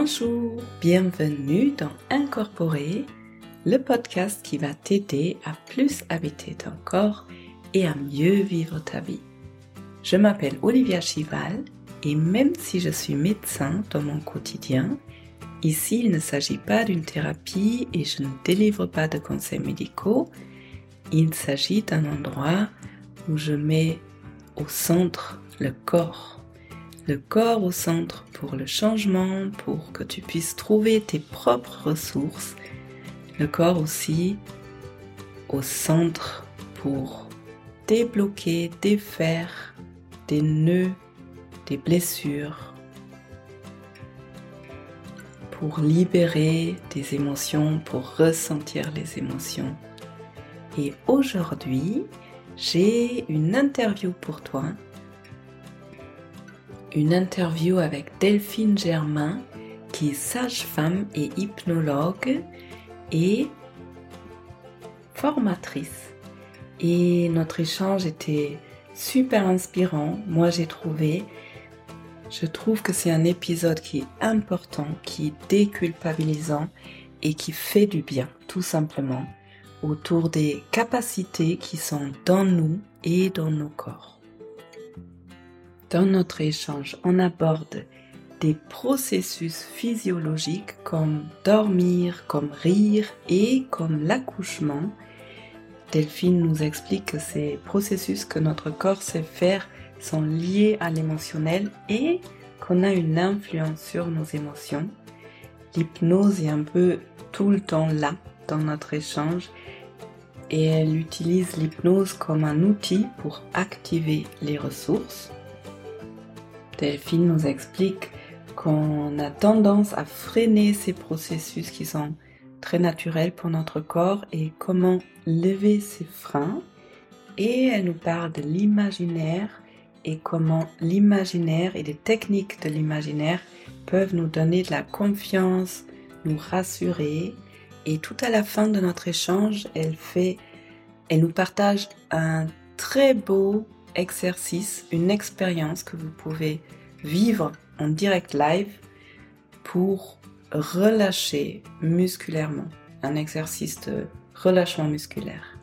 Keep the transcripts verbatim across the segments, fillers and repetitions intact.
Bonjour, bienvenue dans Incorporer, le podcast qui va t'aider à plus habiter ton corps et à mieux vivre ta vie. Je m'appelle Olivia Chival et même si je suis médecin dans mon quotidien, ici il ne s'agit pas d'une thérapie et je ne délivre pas de conseils médicaux. Il s'agit d'un endroit où je mets au centre le corps. Le corps au centre pour le changement, pour que tu puisses trouver tes propres ressources. Le corps aussi au centre pour débloquer, défaire des nœuds, des blessures, pour libérer des émotions, pour ressentir les émotions. Et aujourd'hui, j'ai une interview pour toi. Une interview avec Delphine Germain, qui est sage-femme et hypnologue et formatrice. Et notre échange était super inspirant, moi j'ai trouvé. Je trouve que c'est un épisode qui est important, qui est déculpabilisant et qui fait du bien, tout simplement, autour des capacités qui sont dans nous et dans nos corps. Dans notre échange, on aborde des processus physiologiques comme dormir, comme rire et comme l'accouchement. Delphine nous explique que ces processus que notre corps sait faire sont liés à l'émotionnel et qu'on a une influence sur nos émotions. L'hypnose est un peu tout le temps là dans notre échange et elle utilise l'hypnose comme un outil pour activer les ressources. Delphine nous explique qu'on a tendance à freiner ces processus qui sont très naturels pour notre corps et comment lever ces freins. Et elle nous parle de l'imaginaire et comment l'imaginaire et les techniques de l'imaginaire peuvent nous donner de la confiance, nous rassurer. Et tout à la fin de notre échange, elle fait, elle nous partage un très beau exercice, une expérience que vous pouvez vivre en direct live pour relâcher musculairement, un exercice de relâchement musculaire.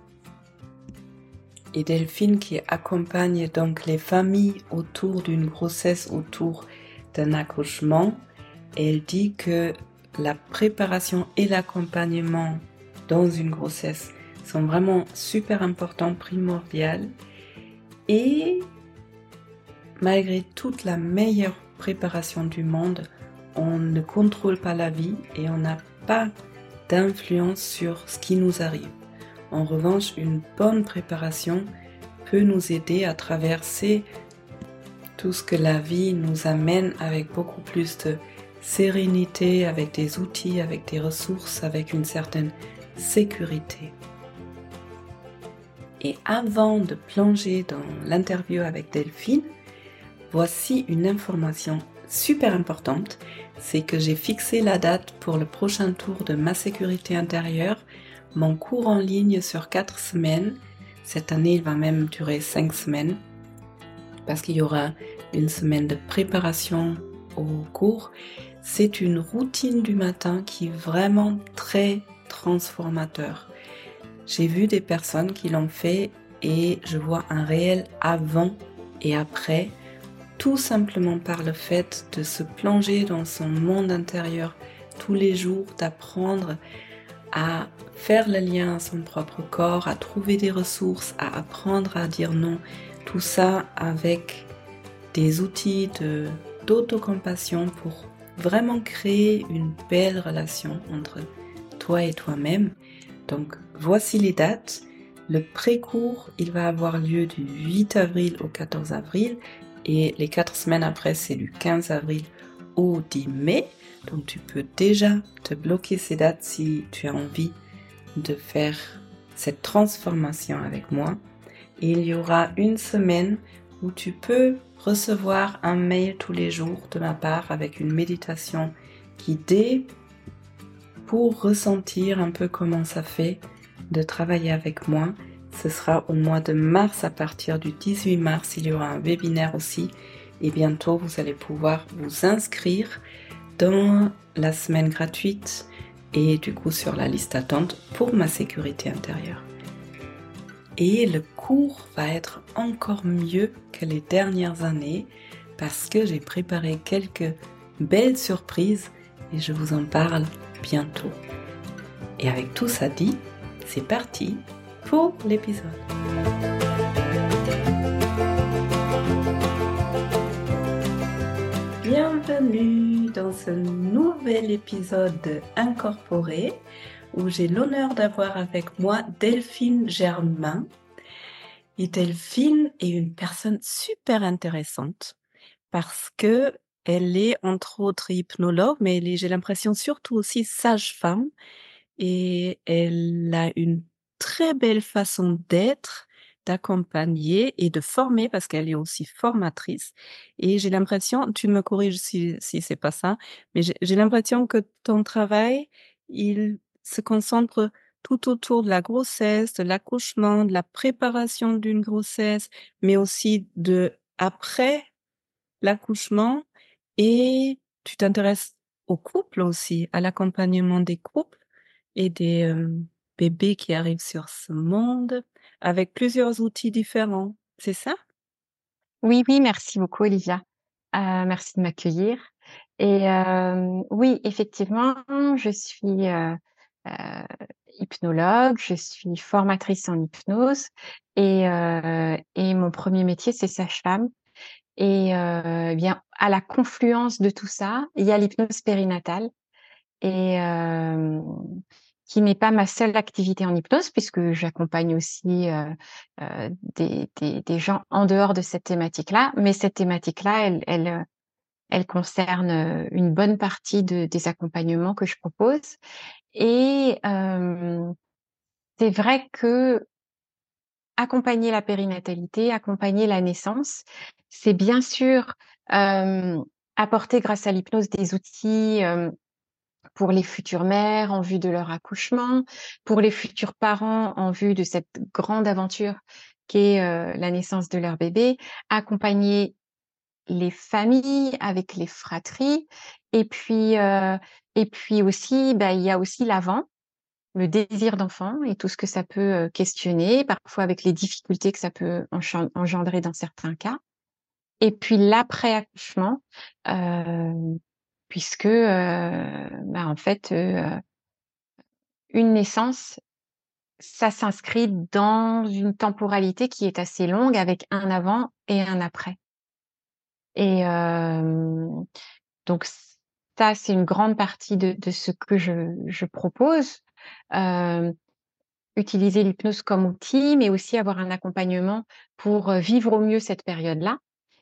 Et Delphine qui accompagne donc les familles autour d'une grossesse, autour d'un accouchement, elle dit que la préparation et l'accompagnement dans une grossesse sont vraiment super importants, primordiaux. Et malgré toute la meilleure préparation du monde, on ne contrôle pas la vie et on n'a pas d'influence sur ce qui nous arrive. En revanche, une bonne préparation peut nous aider à traverser tout ce que la vie nous amène avec beaucoup plus de sérénité, avec des outils, avec des ressources, avec une certaine sécurité. Et avant de plonger dans l'interview avec Delphine, voici une information super importante, c'est que j'ai fixé la date pour le prochain tour de ma sécurité intérieure, mon cours en ligne sur quatre semaines. Cette année, il va même durer cinq semaines, parce qu'il y aura une semaine de préparation au cours. C'est une routine du matin qui est vraiment très transformateur. J'ai vu des personnes qui l'ont fait et je vois un réel avant et après, tout simplement par le fait de se plonger dans son monde intérieur tous les jours, d'apprendre à faire le lien à son propre corps, à trouver des ressources, à apprendre à dire non. Tout ça avec des outils de, d'autocompassion pour vraiment créer une belle relation entre toi et toi-même. Donc, voici les dates. Le pré-cours, il va avoir lieu du huit avril au quatorze avril et les quatre semaines après, c'est du quinze avril au dix mai. Donc, tu peux déjà te bloquer ces dates si tu as envie de faire cette transformation avec moi. Et il y aura une semaine où tu peux recevoir un mail tous les jours de ma part avec une méditation guidée pour ressentir un peu comment ça fait de travailler avec moi. Ce sera au mois de mars, à partir du dix-huit mars, il y aura un webinaire aussi et bientôt vous allez pouvoir vous inscrire dans la semaine gratuite et du coup sur la liste d'attente pour ma sécurité intérieure. Et le cours va être encore mieux que les dernières années parce que j'ai préparé quelques belles surprises et je vous en parle bientôt. Et avec tout ça dit, c'est parti pour l'épisode. Bienvenue dans ce nouvel épisode de Incorporé où j'ai l'honneur d'avoir avec moi Delphine Germain. Et Delphine est une personne super intéressante parce que elle est entre autres hypnologue, mais elle est, j'ai l'impression, surtout aussi sage-femme. Et elle a une très belle façon d'être, d'accompagner et de former parce qu'elle est aussi formatrice. Et j'ai l'impression, tu me corriges si, si c'est pas ça, mais j'ai, j'ai l'impression que ton travail, il se concentre tout autour de la grossesse, de l'accouchement, de la préparation d'une grossesse, mais aussi de après l'accouchement. Et tu t'intéresses aux couples aussi, à l'accompagnement des couples et des euh, bébés qui arrivent sur ce monde avec plusieurs outils différents. C'est ça? Oui, oui, merci beaucoup Olivia. Heu, merci de m'accueillir et hem, oui, effectivement, je suis, heu heu, hypnologue, je suis formatrice en hypnose et heu et mon premier métier, c'est sage-femme et heu, eh bien, à la confluence de tout ça, il y a l'hypnose périnatale et hem, qui n'est pas ma seule activité en hypnose puisque j'accompagne aussi, heu heu, des des des gens en dehors de cette thématique-là. Mais cette thématique-là, elle elle, heu, elle concerne, heu, une bonne partie de des accompagnements que je propose et hem, c'est vrai qu'accompagner la périnatalité, accompagner la naissance, c'est bien sûr, hem, apporter grâce à l'hypnose des outils, hem pour les futures mères en vue de leur accouchement, pour les futurs parents en vue de cette grande aventure qu'est, heu, la naissance de leur bébé, accompagner les familles avec les fratries et puis, heu et puis aussi, bah, il y a aussi l'avant, le désir d'enfant et tout ce que ça peut, heu, questionner, parfois avec les difficultés que ça peut enchan engendrer dans certains cas et puis l'après-accouchement, hem, puisque, heu, bah, en fait, heu une naissance, ça s'inscrit dans une temporalité qui est assez longue avec un avant et un après et hem, donc ça, c'est une grande partie de de ce que je je propose. Hem, utiliser l'hypnose comme outil, mais aussi avoir un accompagnement pour, heu, vivre au mieux cette période-là.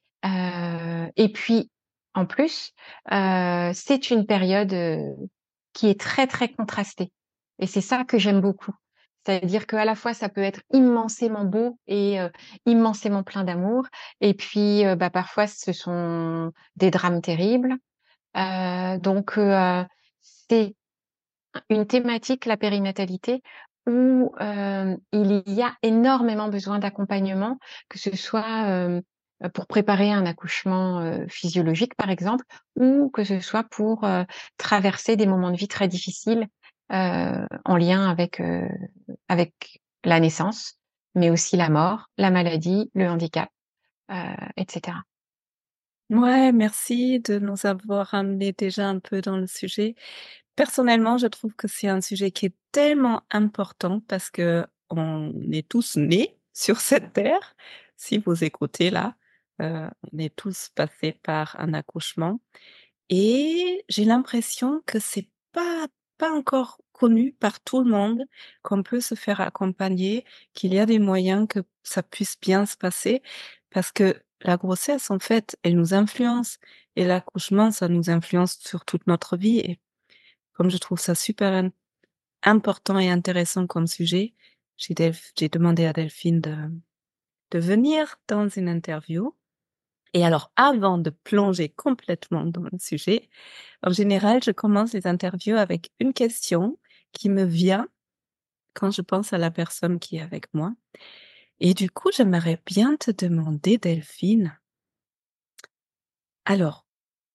Heu et puis, en plus, heu, c'est une période, heu, qui est très, très contrastée et c'est ça que j'aime beaucoup. C'est-à-dire qu'à la fois, ça peut être immensément beau et heu, immensément plein d'amour et puis, heu, bah, parfois, ce sont des drames terribles. Heu, donc heu, c'est une thématique, la périnatalité, où, hem, il y a énormément besoin d'accompagnement, que ce soit, hem, pour préparer un accouchement, heu, physiologique, par exemple, ou que ce soit pour, heu, traverser des moments de vie très difficiles, heu, en lien avec, heu, avec la naissance, mais aussi la mort, la maladie, le handicap, heu, et cetera. Ouais, merci de nous avoir amené déjà un peu dans le sujet. Personnellement, je trouve que c'est un sujet qui est tellement important parce que on est tous nés sur cette terre. Si vous écoutez là, euh, on est tous passés par un accouchement. Et j'ai l'impression que c'est pas pas encore connu par tout le monde, qu'on peut se faire accompagner, qu'il y a des moyens que ça puisse bien se passer. Parce que la grossesse, en fait, elle nous influence et l'accouchement, ça nous influence sur toute notre vie. Et comme je trouve ça super in important et intéressant comme sujet, j'ai delph j'ai demandé à Delphine de de venir dans une interview. Et alors, avant de plonger complètement dans le sujet, en général, je commence les interviews avec une question qui me vient quand je pense à la personne qui est avec moi. Et du coup, j'aimerais bien te demander, Delphine, alors,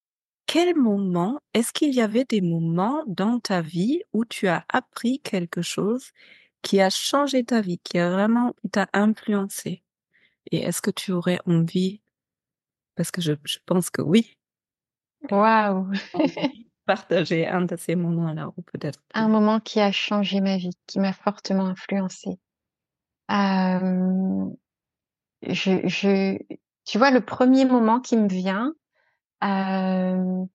quel moment, est-ce qu'il y avait des moments dans ta vie où tu as appris quelque chose qui a changé ta vie, qui a vraiment qui t'a influencé? Et est-ce que tu aurais envie, parce que je, je pense que oui, Waouh! envie de partager un de ces moments-là, ou peut-être Un plus. moment qui a changé ma vie, qui m'a fortement influencée. Hem, je je tu vois, le premier moment qui me vient, hem,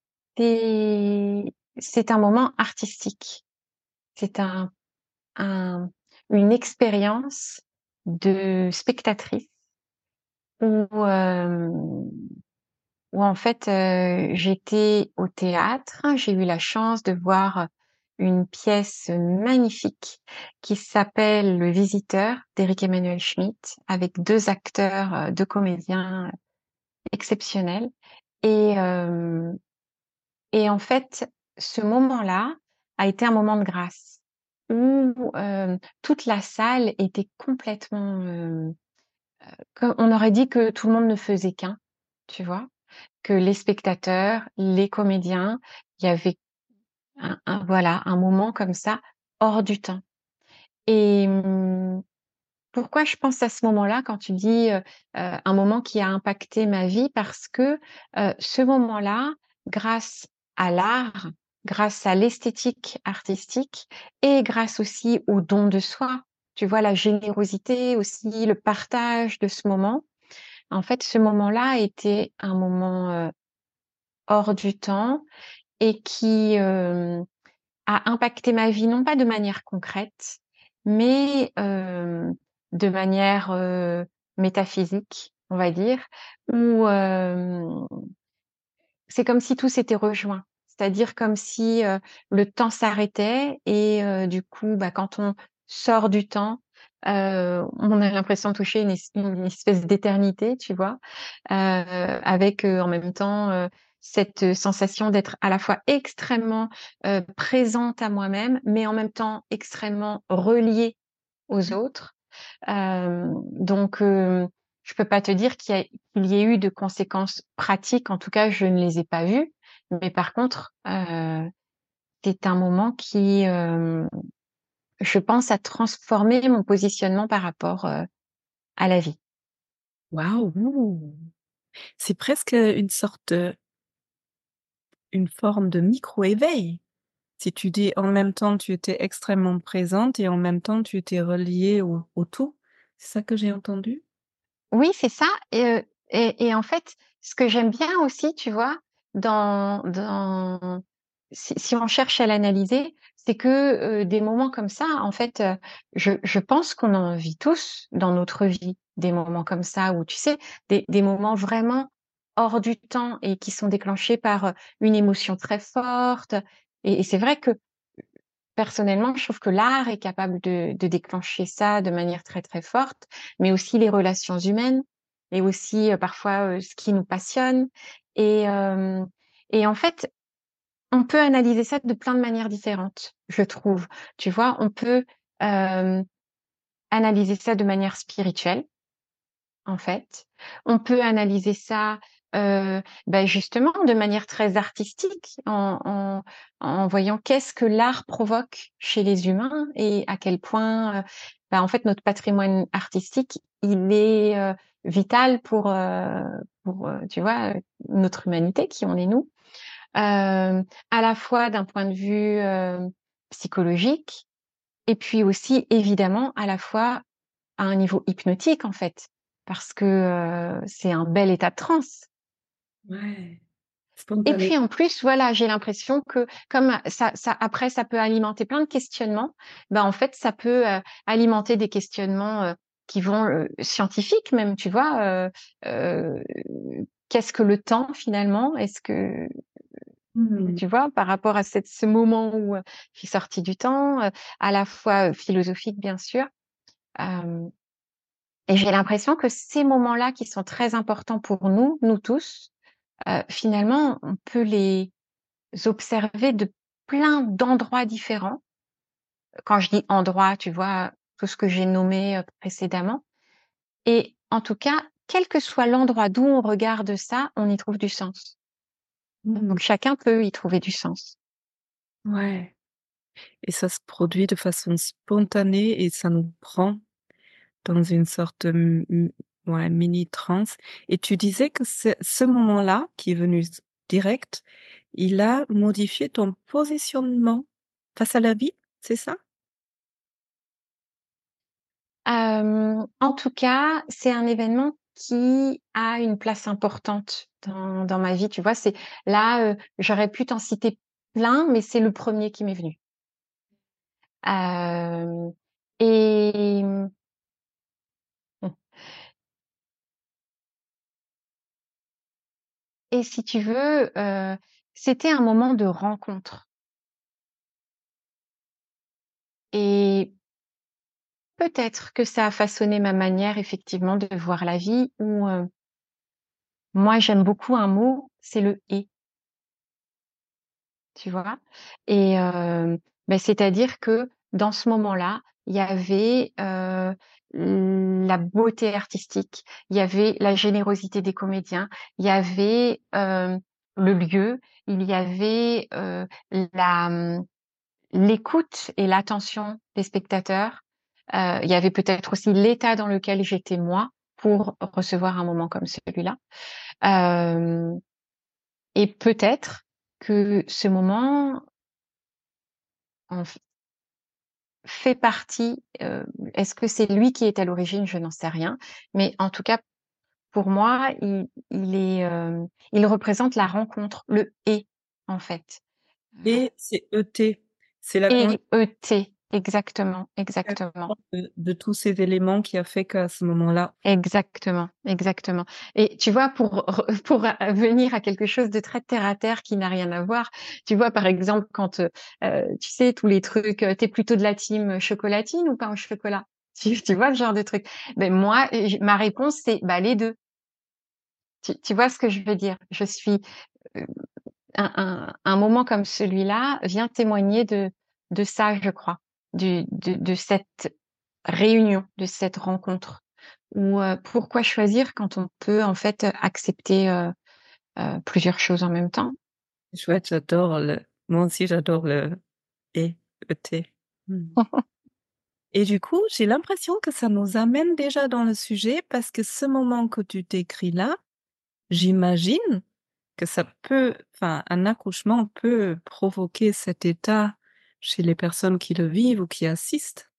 c'est c'est un moment artistique. C'est un un une expérience de spectatrice où, hem, où en fait, heu, j'étais au théâtre. J'ai eu la chance de voir une pièce magnifique qui s'appelle Le Visiteur d'Éric Emmanuel Schmitt, avec deux acteurs, heu, deux comédiens exceptionnels et hem et en fait, ce moment-là a été un moment de grâce où, hem, toute la salle était complètement, hem, comme on aurait dit que tout le monde ne faisait qu'un, tu vois? Que les spectateurs, les comédiens, il y avait un un voilà, un moment comme ça hors du temps et mmh, pourquoi je pense à ce moment-là quand tu dis, heu heu, un moment qui a impacté ma vie? Parce que, heu, ce moment-là, grâce à l'art, grâce à l'esthétique artistique et grâce aussi au don de soi, tu vois? La générosité aussi, le partage de ce moment. En fait, ce moment-là était un moment, heu, hors du temps et qui, hem, a impacté ma vie, non pas de manière concrète, mais hem, de manière, heu, métaphysique, on va dire, où, hem, c'est comme si tout s'était rejoint. C'est-à-dire comme si, heu, le temps s'arrêtait et heu, du coup, bah, quand on sort du temps, heu, on a l'impression de toucher une es une espèce d'éternité, tu vois? Heu, avec, heu, en même temps, heu, cette sensation d'être à la fois extrêmement, heu, présente à moi-même, mais en même temps extrêmement reliée aux autres. Hem, donc hem, je peux pas te dire qu'il y a qu'il y ait eu de conséquences pratiques, en tout cas, je ne les ai pas vues. Mais par contre, heu, c'est un moment qui, hem, je pense a transformé mon positionnement par rapport, heu, à la vie. Waouh! C'est presque une sorte, heu, une forme de micro-éveil. Si tu dis en même temps tu étais extrêmement présente et en même temps tu étais reliée au au tout, c'est ça que j'ai entendu? Oui, c'est ça et heu et et en fait, ce que j'aime bien aussi, tu vois, dans dans si si on cherche à l'analyser, c'est que, heu, des moments comme ça, en fait, heu, je je pense qu'on en vit tous dans notre vie, des moments comme ça où, tu sais, des des moments vraiment hors du temps et qui sont déclenchés par, heu, une émotion très forte et et c'est vrai que personnellement, je trouve que l'art est capable de de déclencher ça de manière très, très forte, mais aussi les relations humaines et aussi, heu, parfois, heu, ce qui nous passionne et hem et en fait, on peut analyser ça de plein de manières différentes, je trouve. Tu vois? On peut, hem, analyser ça de manière spirituelle, en fait. On peut analyser ça, heu, bah, justement de manière très artistique en en en voyant qu'est-ce que l'art provoque chez les humains et à quel point, heu, bah, en fait notre patrimoine artistique, il est, heu, vital pour, heu pour, heu, tu vois, heu, notre humanité qui on est nous. Hem, à la fois d'un point de vue, heu, psychologique et puis aussi évidemment à la fois à un niveau hypnotique, en fait, parce que, heu, c'est un bel état de transe Ouais, et spontané. puis, en plus, voilà, j'ai l'impression que comme ça ça après ça peut alimenter plein de questionnements, bah, en fait, ça peut, heu, alimenter des questionnements, heu, qui vont, heu, scientifiques même, tu vois? Heu heu, qu'est-ce que le temps finalement? Est-ce que Mmh. tu vois? Par rapport à cette ce moment où, heu, je suis sortie du temps, heu, à la fois, heu, philosophique, bien sûr, hem et j'ai l'impression que ces moments-là qui sont très importants pour nous, nous tous, heu, finalement, on peut les observer de plein d'endroits différents. Quand je dis endroits, tu vois, tout ce que j'ai nommé, heu, précédemment et en tout cas, quel que soit l'endroit d'où on regarde ça, on y trouve du sens. Mmh. Donc chacun peut y trouver du sens. Ouais, et ça se produit de façon spontanée et ça nous prend dans une sorte, m m ouais, mini transe, et tu disais que ce ce moment-là qui est venu s direct, il a modifié ton positionnement face à la vie, c'est ça? Hem, en tout cas, c'est un événement qui a une place importante dans dans ma vie, tu vois? C'est là, heu, j'aurais pu t'en citer plein, mais c'est le premier qui m'est venu. Hem et mmh, et si tu veux, heu, c'était un moment de rencontre et peut-être que ça a façonné ma manière effectivement de voir la vie où, heu, moi j'aime beaucoup un mot, c'est le «et». Tu vois? Et hem, beh, c'est-à-dire que dans ce moment-là, il y avait, heu, la beauté artistique, il y avait la générosité des comédiens, il y avait, hem, le lieu, il y avait, heu, la, mmh, l'écoute et l'attention des spectateurs. Heu, il y avait peut-être aussi l'état dans lequel j'étais moi pour recevoir un moment comme celui-là. Hem et peut-être que ce moment en fait partie, heu, est-ce que c'est lui qui est à l'origine? Je n'en sais rien. Mais en tout cas, pour moi, il il est, hem, il représente la rencontre, le «et» en fait. Et c'est E T, c'est la Et E T, exactement, exactement. conjugaison de de tous ces éléments qui a fait qu'à ce moment-là. Exactement, exactement. Et tu vois, pour re pour, heu, venir à quelque chose de très terre à terre qui n'a rien à voir, tu vois, par exemple, quand, heu heu, tu sais, tous les trucs, heu, tu es plutôt de la team chocolatine ou pain au chocolat? Tu tu vois le genre de truc? Ben moi, j ma réponse c'est: «Bah, les deux». Tu tu vois ce que je veux dire? Je suis, heu, un un un moment comme celui-là vient témoigner de de ça, je crois, du de de cette réunion, de cette rencontre où, heu, pourquoi choisir quand on peut en fait, heu, accepter, heu heu, plusieurs choses en même temps? Chouette, j'adore le moi aussi j'adore le et, E-T. Mmh. Et du coup, j'ai l'impression que ça nous amène déjà dans le sujet parce que ce moment que tu décris là, j'imagine que ça peut enfin, un accouchement peut provoquer cet état chez les personnes qui le vivent ou qui assistent.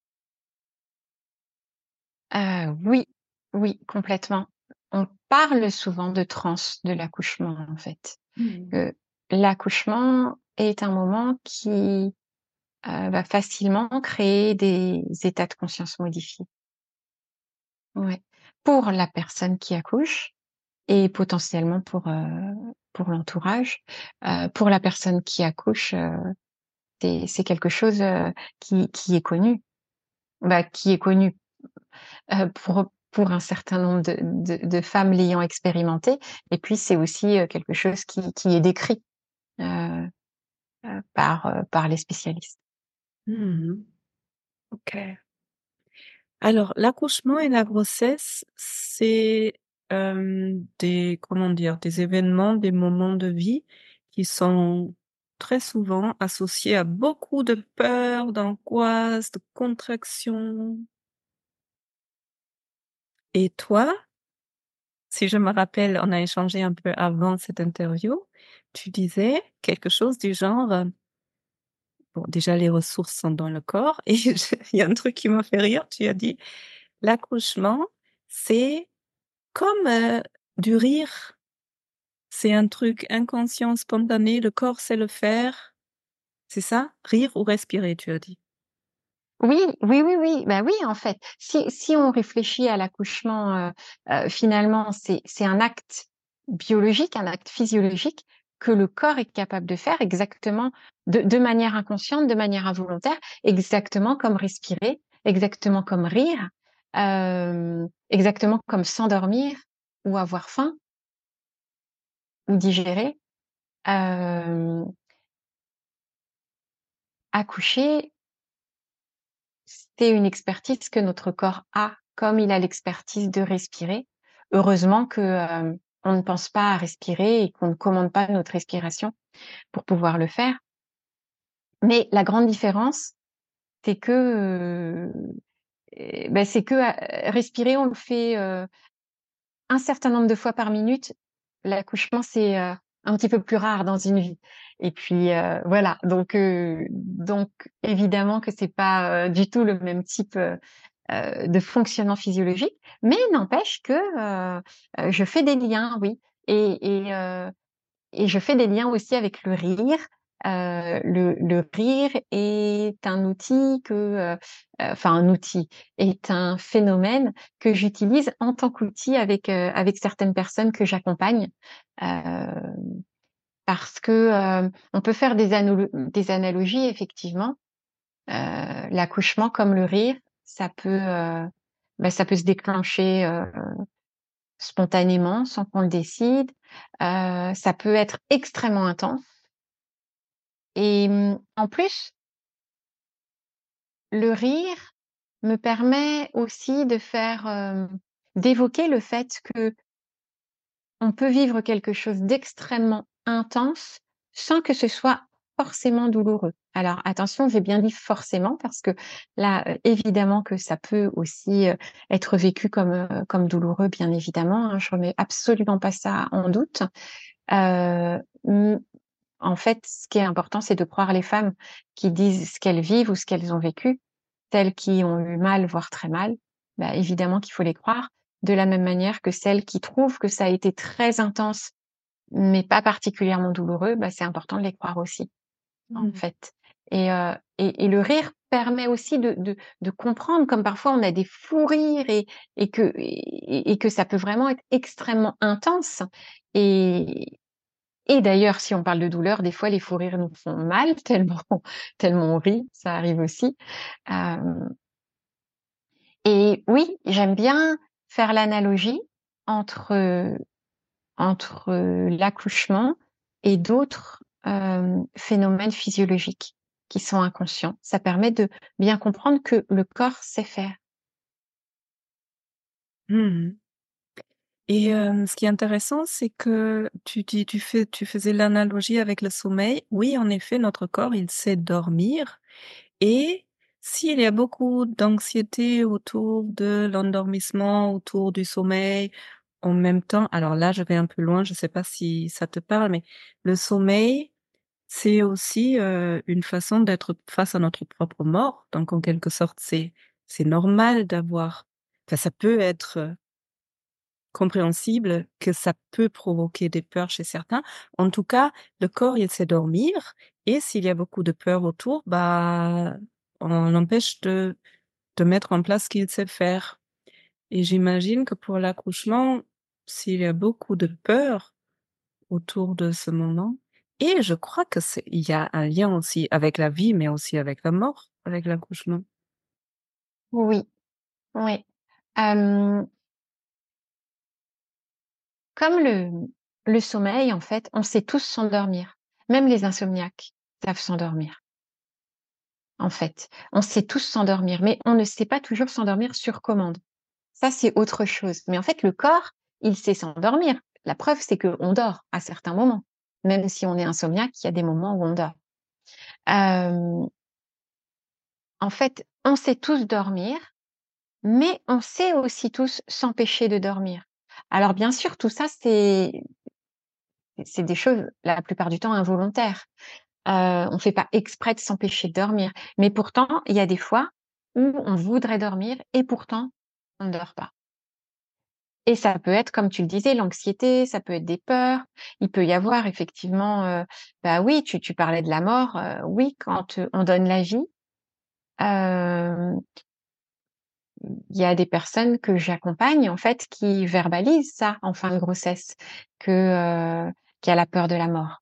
Heu, oui, oui, complètement. On parle souvent de transe de l'accouchement, en fait. Mmh. Que l'accouchement est un moment qui, heu, va facilement créer des états de conscience modifiés. Ouais. Pour la personne qui accouche et potentiellement pour, heu, pour l'entourage. Heu, pour la personne qui accouche, heu, c'est c'est quelque chose, heu, qui qui est connu. Bah, qui est connu, heu, pour pour un certain nombre de de de femmes l'ayant expérimenté et puis c'est aussi, heu, quelque chose qui qui est décrit, heu heu, par, heu, par les spécialistes. Mmh mh. OK. Alors l'accouchement et la grossesse, c'est, hem, des comment dire? Des événements, des moments de vie qui sont très souvent associés à beaucoup de peur, d'angoisse, de contraction. Et toi, si je me rappelle, on a échangé un peu avant cette interview, tu disais quelque chose du genre, heu, bon déjà les ressources sont dans le corps et je il y a un truc qui m'a fait rire, tu as dit: «L'accouchement, c'est comme, heu, du rire, c'est un truc inconscient, spontané, le corps sait le faire». C'est ça? Rire ou respirer, tu as dit? Oui, oui, oui, oui, bah, oui, en fait. Si si on réfléchit à l'accouchement, heu heu, finalement, c'est c'est un acte biologique, un acte physiologique que le corps est capable de faire exactement de de manière inconsciente, de manière involontaire, exactement comme respirer, exactement comme rire, hem, exactement comme s'endormir ou avoir faim ou digérer. Hem, accoucher, c'est une expertise que notre corps a, comme il a l'expertise de respirer. Heureusement que, hem, on ne pense pas à respirer et qu'on ne commande pas notre respiration pour pouvoir le faire. Mais la grande différence, c'est que, heu, bah, c'est que, heu, respirer, on le fait, heu, un certain nombre de fois par minute. L'accouchement, c'est, heu, un petit peu plus rare dans une vie et puis, heu, voilà, donc heu, donc évidemment que c'est pas, heu, du tout le même type, heu heu, de fonctionnement physiologique, mais n'empêche que, heu heu, je fais des liens, oui et et heu et je fais des liens aussi avec le rire. Heu, le le rire est un outil que, heu heu, enfin un outil, est un phénomène que j'utilise en tant qu'outil avec, heu, avec certaines personnes que j'accompagne. Hem, parce que, heu, on peut faire des analo des analogies effectivement. Heu, l'accouchement comme le rire, ça peut, heu, bah, ça peut se déclencher, heu, spontanément sans qu'on le décide. Heu, ça peut être extrêmement intense et mmh, en plus le rire me permet aussi de faire, hem, d'évoquer le fait qu'on peut vivre quelque chose d'extrêmement intense sans que ce soit forcément douloureux. Alors attention, j'ai bien dit «forcément» parce que là, heu, évidemment que ça peut aussi, heu, être vécu comme, heu, comme douloureux, bien évidemment, hein, je remets absolument pas ça en doute. Heu, mmh, en fait, ce qui est important, c'est de croire les femmes qui disent ce qu'elles vivent ou ce qu'elles ont vécu. Celles qui ont eu mal, voire très mal, bah, évidemment qu'il faut les croire. De la même manière que celles qui trouvent que ça a été très intense, mais pas particulièrement douloureux, bah, c'est important de les croire aussi, en Mmh. fait. Et heu et et le rire permet aussi de de de comprendre, comme parfois on a des fous rires et et que et et que ça peut vraiment être extrêmement intense et et d'ailleurs, si on parle de douleur, des fois les fous rires nous font mal tellement tellement on rit, ça arrive aussi. Hem Et oui, j'aime bien faire l'analogie entre, heu, entre, heu, l'accouchement et d'autres, hem, phénomènes physiologiques qui sont inconscients. Ça permet de bien comprendre que le corps sait faire. Mmh. Et hem, ce qui est intéressant, c'est que tu dis tu fais tu faisais l'analogie avec le sommeil. Oui, en effet, notre corps, il sait dormir et s'il y a beaucoup d'anxiété autour de l'endormissement, autour du sommeil, en même temps alors là, je vais un peu loin, je ne sais pas si ça te parle, mais le sommeil, c'est aussi, heu, une façon d'être face à notre propre mort. Donc en quelque sorte, c'est c'est normal d'avoir enfin, ça peut être, compréhensible que ça peut provoquer des peurs chez certains. En tout cas, le corps, il sait dormir et s'il y a beaucoup de peur autour, bah, on l'empêche de de mettre en place ce qu'il sait faire et j'imagine que pour l'accouchement, s'il y a beaucoup de peur autour de ce moment et je crois que c'est il y a un lien aussi avec la vie, mais aussi avec la mort, avec l'accouchement. Oui, oui. Hem, comme le le sommeil, en fait, on sait tous s'endormir. Même les insomniaques savent s'endormir, en fait. On sait tous s'endormir, mais on ne sait pas toujours s'endormir sur commande. Ça, c'est autre chose. Mais en fait, le corps, il sait s'endormir. La preuve, c'est qu'on dort à certains moments. Même si on est insomniaque, il y a des moments où on dort. Hem, en fait, on sait tous dormir, mais on sait aussi tous s'empêcher de dormir. Alors bien sûr, tout ça, c'est c'est des choses, la plupart du temps, involontaires. Heu, on ne fait pas exprès de s'empêcher de dormir. Mais pourtant, il y a des fois où on voudrait dormir et pourtant, on ne dort pas. Et ça peut être, comme tu le disais, l'anxiété, ça peut être des peurs. Il peut y avoir effectivement, heu, bah, oui, tu tu parlais de la mort, heu, oui, quand, heu, on donne la vie, hem, il y a des personnes que j'accompagne, en fait, qui verbalisent ça en fin de grossesse, que, heu, qu'il y a la peur de la mort.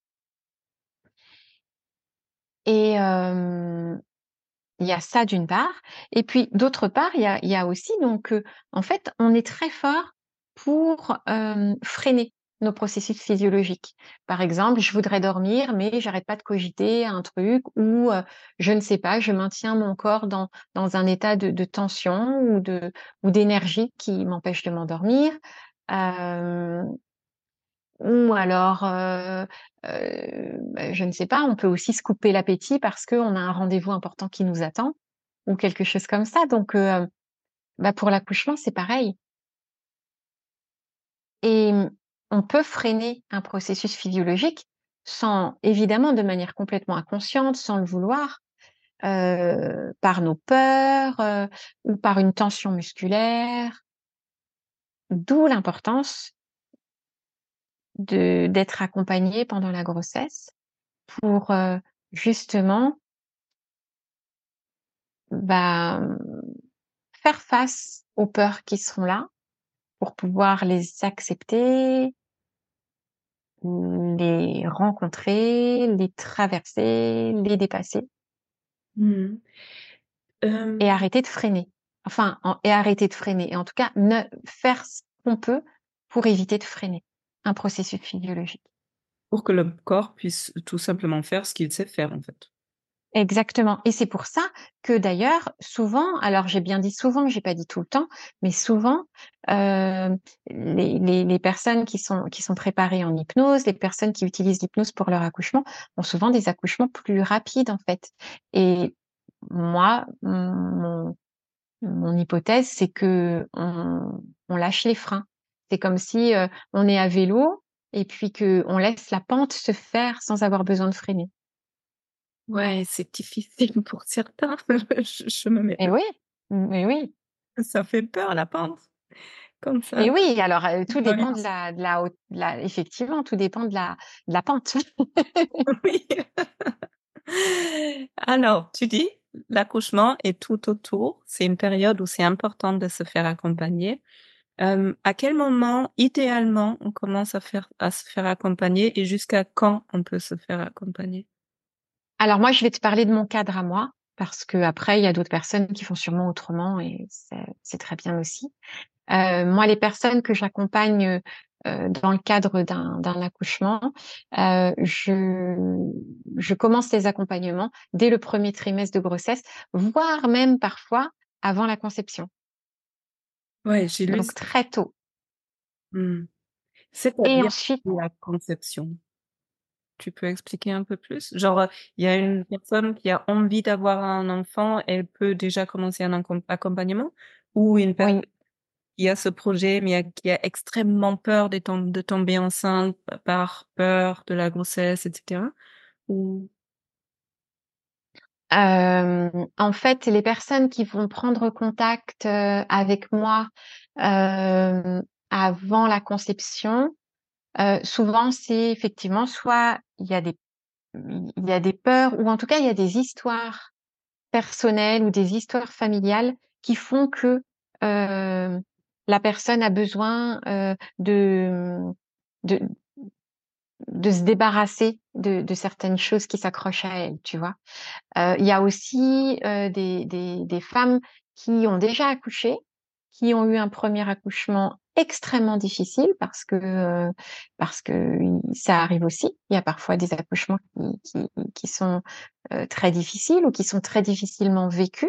Et hem il y a ça d'une part et puis d'autre part, il y a il y a aussi donc, heu, en fait, on est très fort pour, hem, freiner nos processus physiologiques. Par exemple, je voudrais dormir, mais j'arrête pas de cogiter un truc ou, heu, je ne sais pas, je maintiens mon corps dans dans un état de de tension ou de ou d'énergie qui m'empêche de m'endormir. Hem Ou alors, heu heu, bah, je ne sais pas, on peut aussi se couper l'appétit parce qu'on a un rendez-vous important qui nous attend ou quelque chose comme ça. Donc, heu, bah, pour l'accouchement, c'est pareil et mmh, on peut freiner un processus physiologique sans évidemment de manière complètement inconsciente, sans le vouloir, heu, par nos peurs, heu, ou par une tension musculaire. D'où l'importance de d'être accompagné pendant la grossesse pour, heu, justement, bah, mmh, faire face aux peurs qui seront là, pour pouvoir les accepter, les rencontrer, les traverser, les dépasser Mmh. et Hem, arrêter de freiner. Enfin, en et arrêter de freiner et en tout cas, ne faire ce qu'on peut pour éviter de freiner un processus physiologique. pour que le corps puisse tout simplement faire ce qu'il sait faire, en fait. Exactement et c'est pour ça que d'ailleurs souvent, alors j'ai bien dit souvent, j'ai pas dit tout le temps, mais souvent, heu, les les les personnes qui sont qui sont préparées en hypnose, les personnes qui utilisent l'hypnose pour leur accouchement, ont souvent des accouchements plus rapides, en fait et moi, mon mon hypothèse, c'est qu'on on lâche les freins. C'est comme si, heu, on est à vélo et puis qu'on laisse la pente se faire sans avoir besoin de freiner. Ouais, c'est difficile pour certains. Je je me mets Et oui, mais oui. ça fait peur la pente, comme ça. Et oui, alors, heu, tout Rien. dépend de la de la haut de la effectivement, tout dépend de la de la pente. Oui. Alors, tu dis, l'accouchement est tout autour. C'est une période où c'est important de se faire accompagner. Hem, à quel moment, idéalement, on commence à faire à se faire accompagner et jusqu'à quand on peut se faire accompagner? Alors moi, je vais te parler de mon cadre à moi, parce qu'après il y a d'autres personnes qui font sûrement autrement et c'est c'est très bien aussi. Heu, moi, les personnes que j'accompagne, heu heu, dans le cadre d'un d'un accouchement, heu, je je commence les accompagnements dès le premier trimestre de grossesse, voire même parfois avant la conception, Ouais, j'ai lu donc ça. très tôt Mmh. et C'est-à-dire ensuite la conception? Tu peux expliquer un peu plus? Genre, heu, il y a une personne qui a envie d'avoir un enfant, elle peut déjà commencer un encom accompagnement? Ou une personne oui. qui a ce projet, mais a qui a extrêmement peur de tom de tomber enceinte p par peur de la grossesse et cetera? Ou Hem, en fait, les personnes qui vont prendre contact, heu, avec moi, hem, avant la conception, heu, souvent c'est effectivement soit il y a des il y a des peurs ou en tout cas il y a des histoires personnelles ou des histoires familiales qui font que, heu, la personne a besoin, heu, de, mmh, de de se débarrasser de de certaines choses qui s'accrochent à elle, tu vois? Heu, il y a aussi, heu, des des des femmes qui ont déjà accouché, qui ont eu un premier accouchement extrêmement difficile parce que, heu, parce que i ça arrive aussi. Il y a parfois des accouchements qui qui qui sont, heu, très difficiles ou qui sont très difficilement vécus,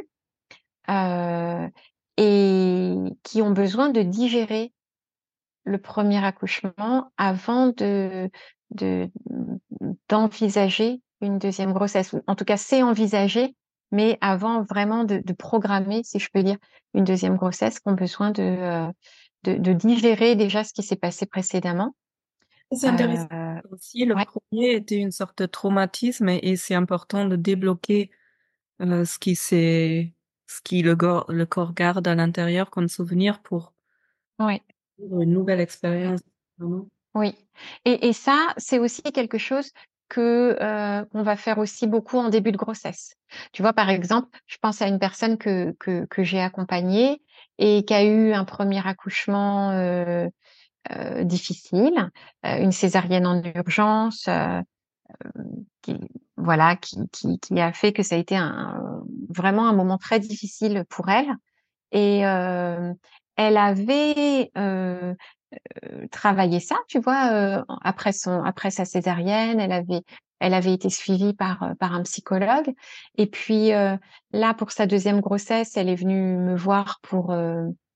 heu et qui ont besoin de digérer le premier accouchement avant de de d'envisager une deuxième grossesse ou en tout cas, c'est envisagé, mais avant vraiment de de programmer, si je peux dire, une deuxième grossesse, qui ont besoin de, heu, de de digérer déjà ce qui s'est passé précédemment. c'est intéressant Heu, aussi, le ouais, premier était une sorte de traumatisme et et c'est important de débloquer, heu, ce qui s'est ce qui le gor le corps garde à l'intérieur comme souvenir pour ouais. vivre une nouvelle expérience, vraiment. Oui et et ça, c'est aussi quelque chose que, heu, qu'on va faire aussi beaucoup en début de grossesse. Tu vois, par exemple, je pense à une personne que que que j'ai accompagnée et qui a eu un premier accouchement, heu heu, difficile, heu, une césarienne en urgence, heu, qui voilà, qui qui qui a fait que ça a été un vraiment un moment très difficile pour elle et hem, elle avait, heu heu, travaillé ça, tu vois, heu, après son après sa césarienne, elle avait elle avait été suivie par, heu, par un psychologue et puis, heu, là, pour sa deuxième grossesse, elle est venue me voir pour, heu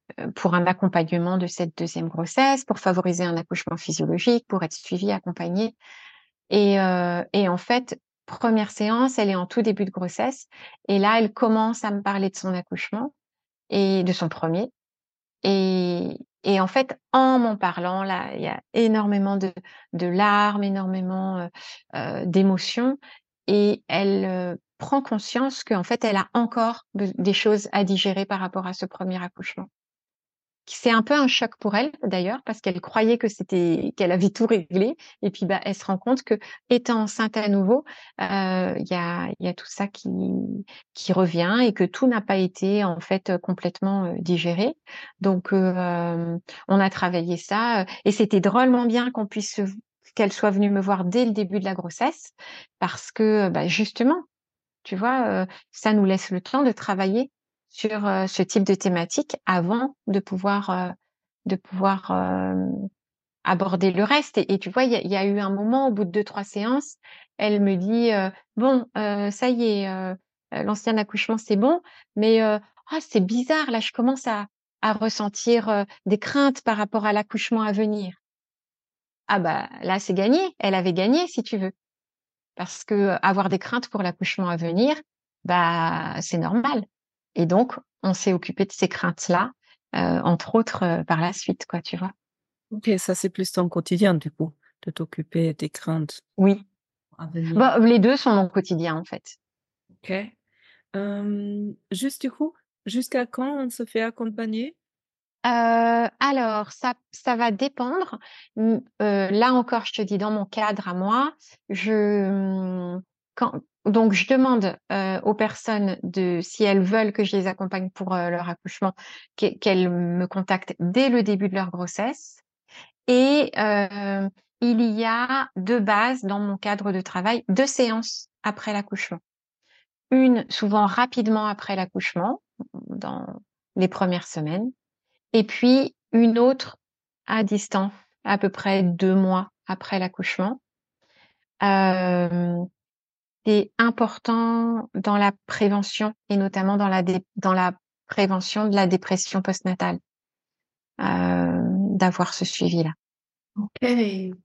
pour un accompagnement de cette deuxième grossesse, pour favoriser un accouchement physiologique, pour être suivie, accompagnée. Et, euh, et en fait, première séance, elle est en tout début de grossesse. Et là, elle commence à me parler de son accouchement et de son premier. Et, et en fait, en m'en parlant, là, il y a énormément de, de larmes, énormément euh, euh, d'émotions. Et elle euh, prend conscience qu'en fait, elle a encore be- des choses à digérer par rapport à ce premier accouchement. C'est un peu un choc pour elle d'ailleurs parce qu'elle croyait que c'était qu'elle avait tout réglé et puis bah elle se rend compte que étant enceinte à nouveau, euh, il y a il y a tout ça qui qui revient et que tout n'a pas été en fait euh, complètement euh, digéré. Donc euh, on a travaillé ça euh, et c'était drôlement bien qu'on puisse se- qu'elle soit venue me voir dès le début de la grossesse parce que bah, justement tu vois, euh, ça nous laisse le temps de travailler sur euh, ce type de thématique avant de pouvoir euh, de pouvoir euh, aborder le reste. Et, et tu vois, il y a, il y a eu un moment au bout de deux trois séances, elle me dit euh, bon, euh, ça y est, euh, euh, l'ancien accouchement c'est bon, mais euh, ah, c'est bizarre là, je commence à à ressentir euh, des craintes par rapport à l'accouchement à venir. Ah bah là c'est gagné, elle avait gagné si tu veux. Parce que euh, avoir des craintes pour l'accouchement à venir, bah, c'est normal. Et donc, on s'est occupé de ces craintes-là, euh, entre autres, euh, par la suite, quoi, tu vois. Ok, ça c'est plus ton quotidien du coup, de t'occuper des craintes Oui. à venir. Bon, les deux sont mon quotidien, en fait. Ok. Euh, juste du coup, jusqu'à quand on se fait accompagner? Euh, alors, ça, ça va dépendre. Mm, euh, là encore, je te dis, dans mon cadre à moi, je, quand, donc je demande euh, aux personnes de, si elles veulent que je les accompagne pour euh, leur accouchement, qu'e- qu'elles me contactent dès le début de leur grossesse. Et euh, il y a de base dans mon cadre de travail deux séances après l'accouchement. Une souvent rapidement après l'accouchement, dans les premières semaines, et puis une autre à distance, à peu près deux mois après l'accouchement. Euh, c'est important dans la prévention et notamment dans la, dé- dans la prévention de la dépression postnatale, euh, d'avoir ce suivi-là. Ok.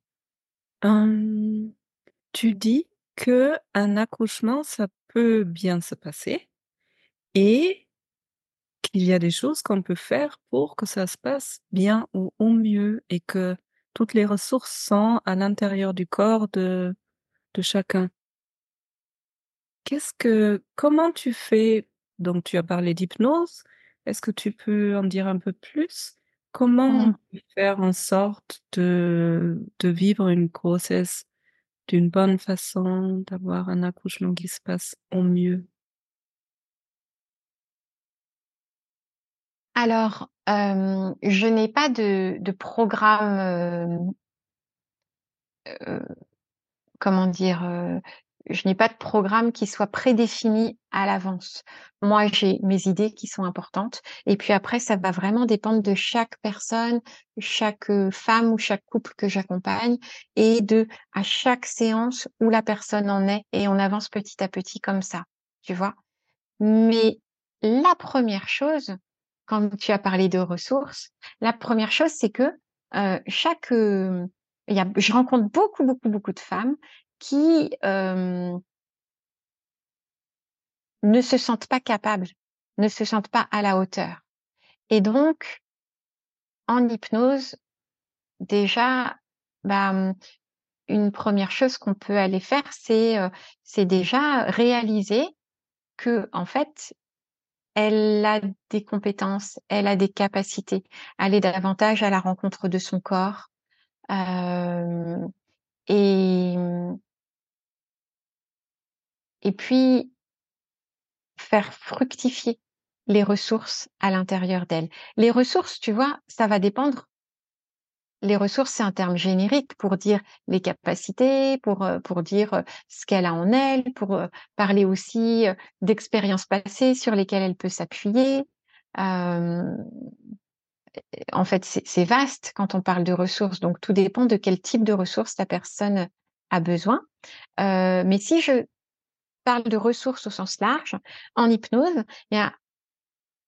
Hum, tu dis que un accouchement, ça peut bien se passer et qu'il y a des choses qu'on peut faire pour que ça se passe bien ou au mieux et que toutes les ressources sont à l'intérieur du corps de, de chacun. Qu'est-ce que, comment tu fais? Donc, tu as parlé d'hypnose. Est-ce que tu peux en dire un peu plus? Comment on Mhm. peut faire en sorte de, de vivre une grossesse d'une bonne façon, d'avoir un accouchement qui se passe au mieux? Alors, euh, je n'ai pas de, de programme, euh, euh, comment dire, euh, je n'ai pas de programme qui soit prédéfini à l'avance. Moi, j'ai mes idées qui sont importantes, et puis après, ça va vraiment dépendre de chaque personne, chaque euh, femme ou chaque couple que j'accompagne, et de à chaque séance où la personne en est, et on avance petit à petit comme ça, tu vois. Mais la première chose, quand tu as parlé de ressources, la première chose, c'est que euh, chaque, euh, il y a, je rencontre beaucoup, beaucoup, beaucoup de femmes qui euh, ne se sentent pas capables, ne se sentent pas à la hauteur. Et donc, en hypnose, déjà, bah, une première chose qu'on peut aller faire, c'est euh, c'est déjà réaliser que, en fait, elle a des compétences, elle a des capacités, aller davantage à la rencontre de son corps, euh, et, et puis faire fructifier les ressources à l'intérieur d'elle. Les ressources, tu vois, ça va dépendre. Les ressources, c'est un terme générique pour dire les capacités, pour, euh, pour dire euh, ce qu'elle a en elle, pour euh, parler aussi euh, d'expériences passées sur lesquelles elle peut s'appuyer. Euh, En fait, c'est c'est vaste quand on parle de ressources, donc tout dépend de quel type de ressources la personne a besoin. Euh, mais si je parle de ressources au sens large, en hypnose, il y a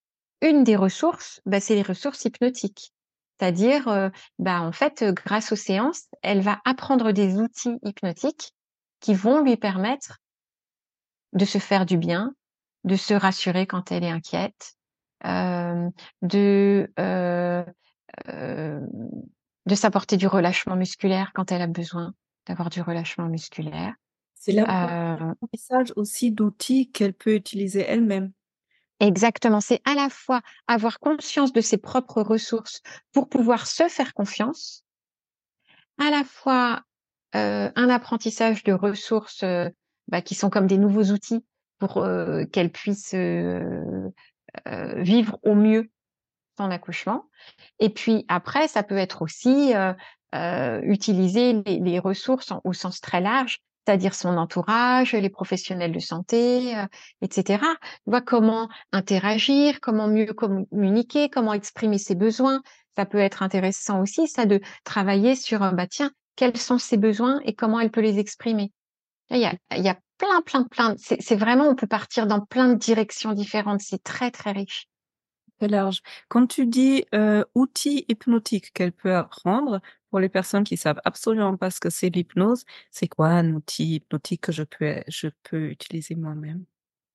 une des ressources, bah, c'est les ressources hypnotiques. C'est-à-dire, euh, bah, en fait, euh, grâce aux séances, elle va apprendre des outils hypnotiques qui vont lui permettre de se faire du bien, de se rassurer quand elle est inquiète, euh, de, euh, euh, de s'apporter du relâchement musculaire quand elle a besoin d'avoir du relâchement musculaire. C'est l'appren- Euh, l'apprentissage aussi d'outils qu'elle peut utiliser elle-même. Exactement, c'est à la fois avoir conscience de ses propres ressources pour pouvoir se faire confiance, à la fois euh, un apprentissage de ressources euh, bah, qui sont comme des nouveaux outils pour euh, qu'elle puisse euh, euh, vivre au mieux son accouchement. Et puis après, ça peut être aussi euh, euh, utiliser les, les ressources en- au sens très large, c'est-à-dire son entourage, les professionnels de santé, euh, et cetera. Tu vois comment interagir, comment mieux communiquer, comment exprimer ses besoins. Ça peut être intéressant aussi, ça, de travailler sur, euh, bah tiens, quels sont ses besoins et comment elle peut les exprimer. Là, Il y a, il y a plein, plein, plein. C'est c'est vraiment, on peut partir dans plein de directions différentes. C'est très, très riche. Très large. Quand tu dis euh, outils hypnotiques qu'elle peut apprendre, pour les personnes qui savent absolument pas ce que c'est l'hypnose, c'est quoi un outil hypnotique que je peux, je peux utiliser moi-même?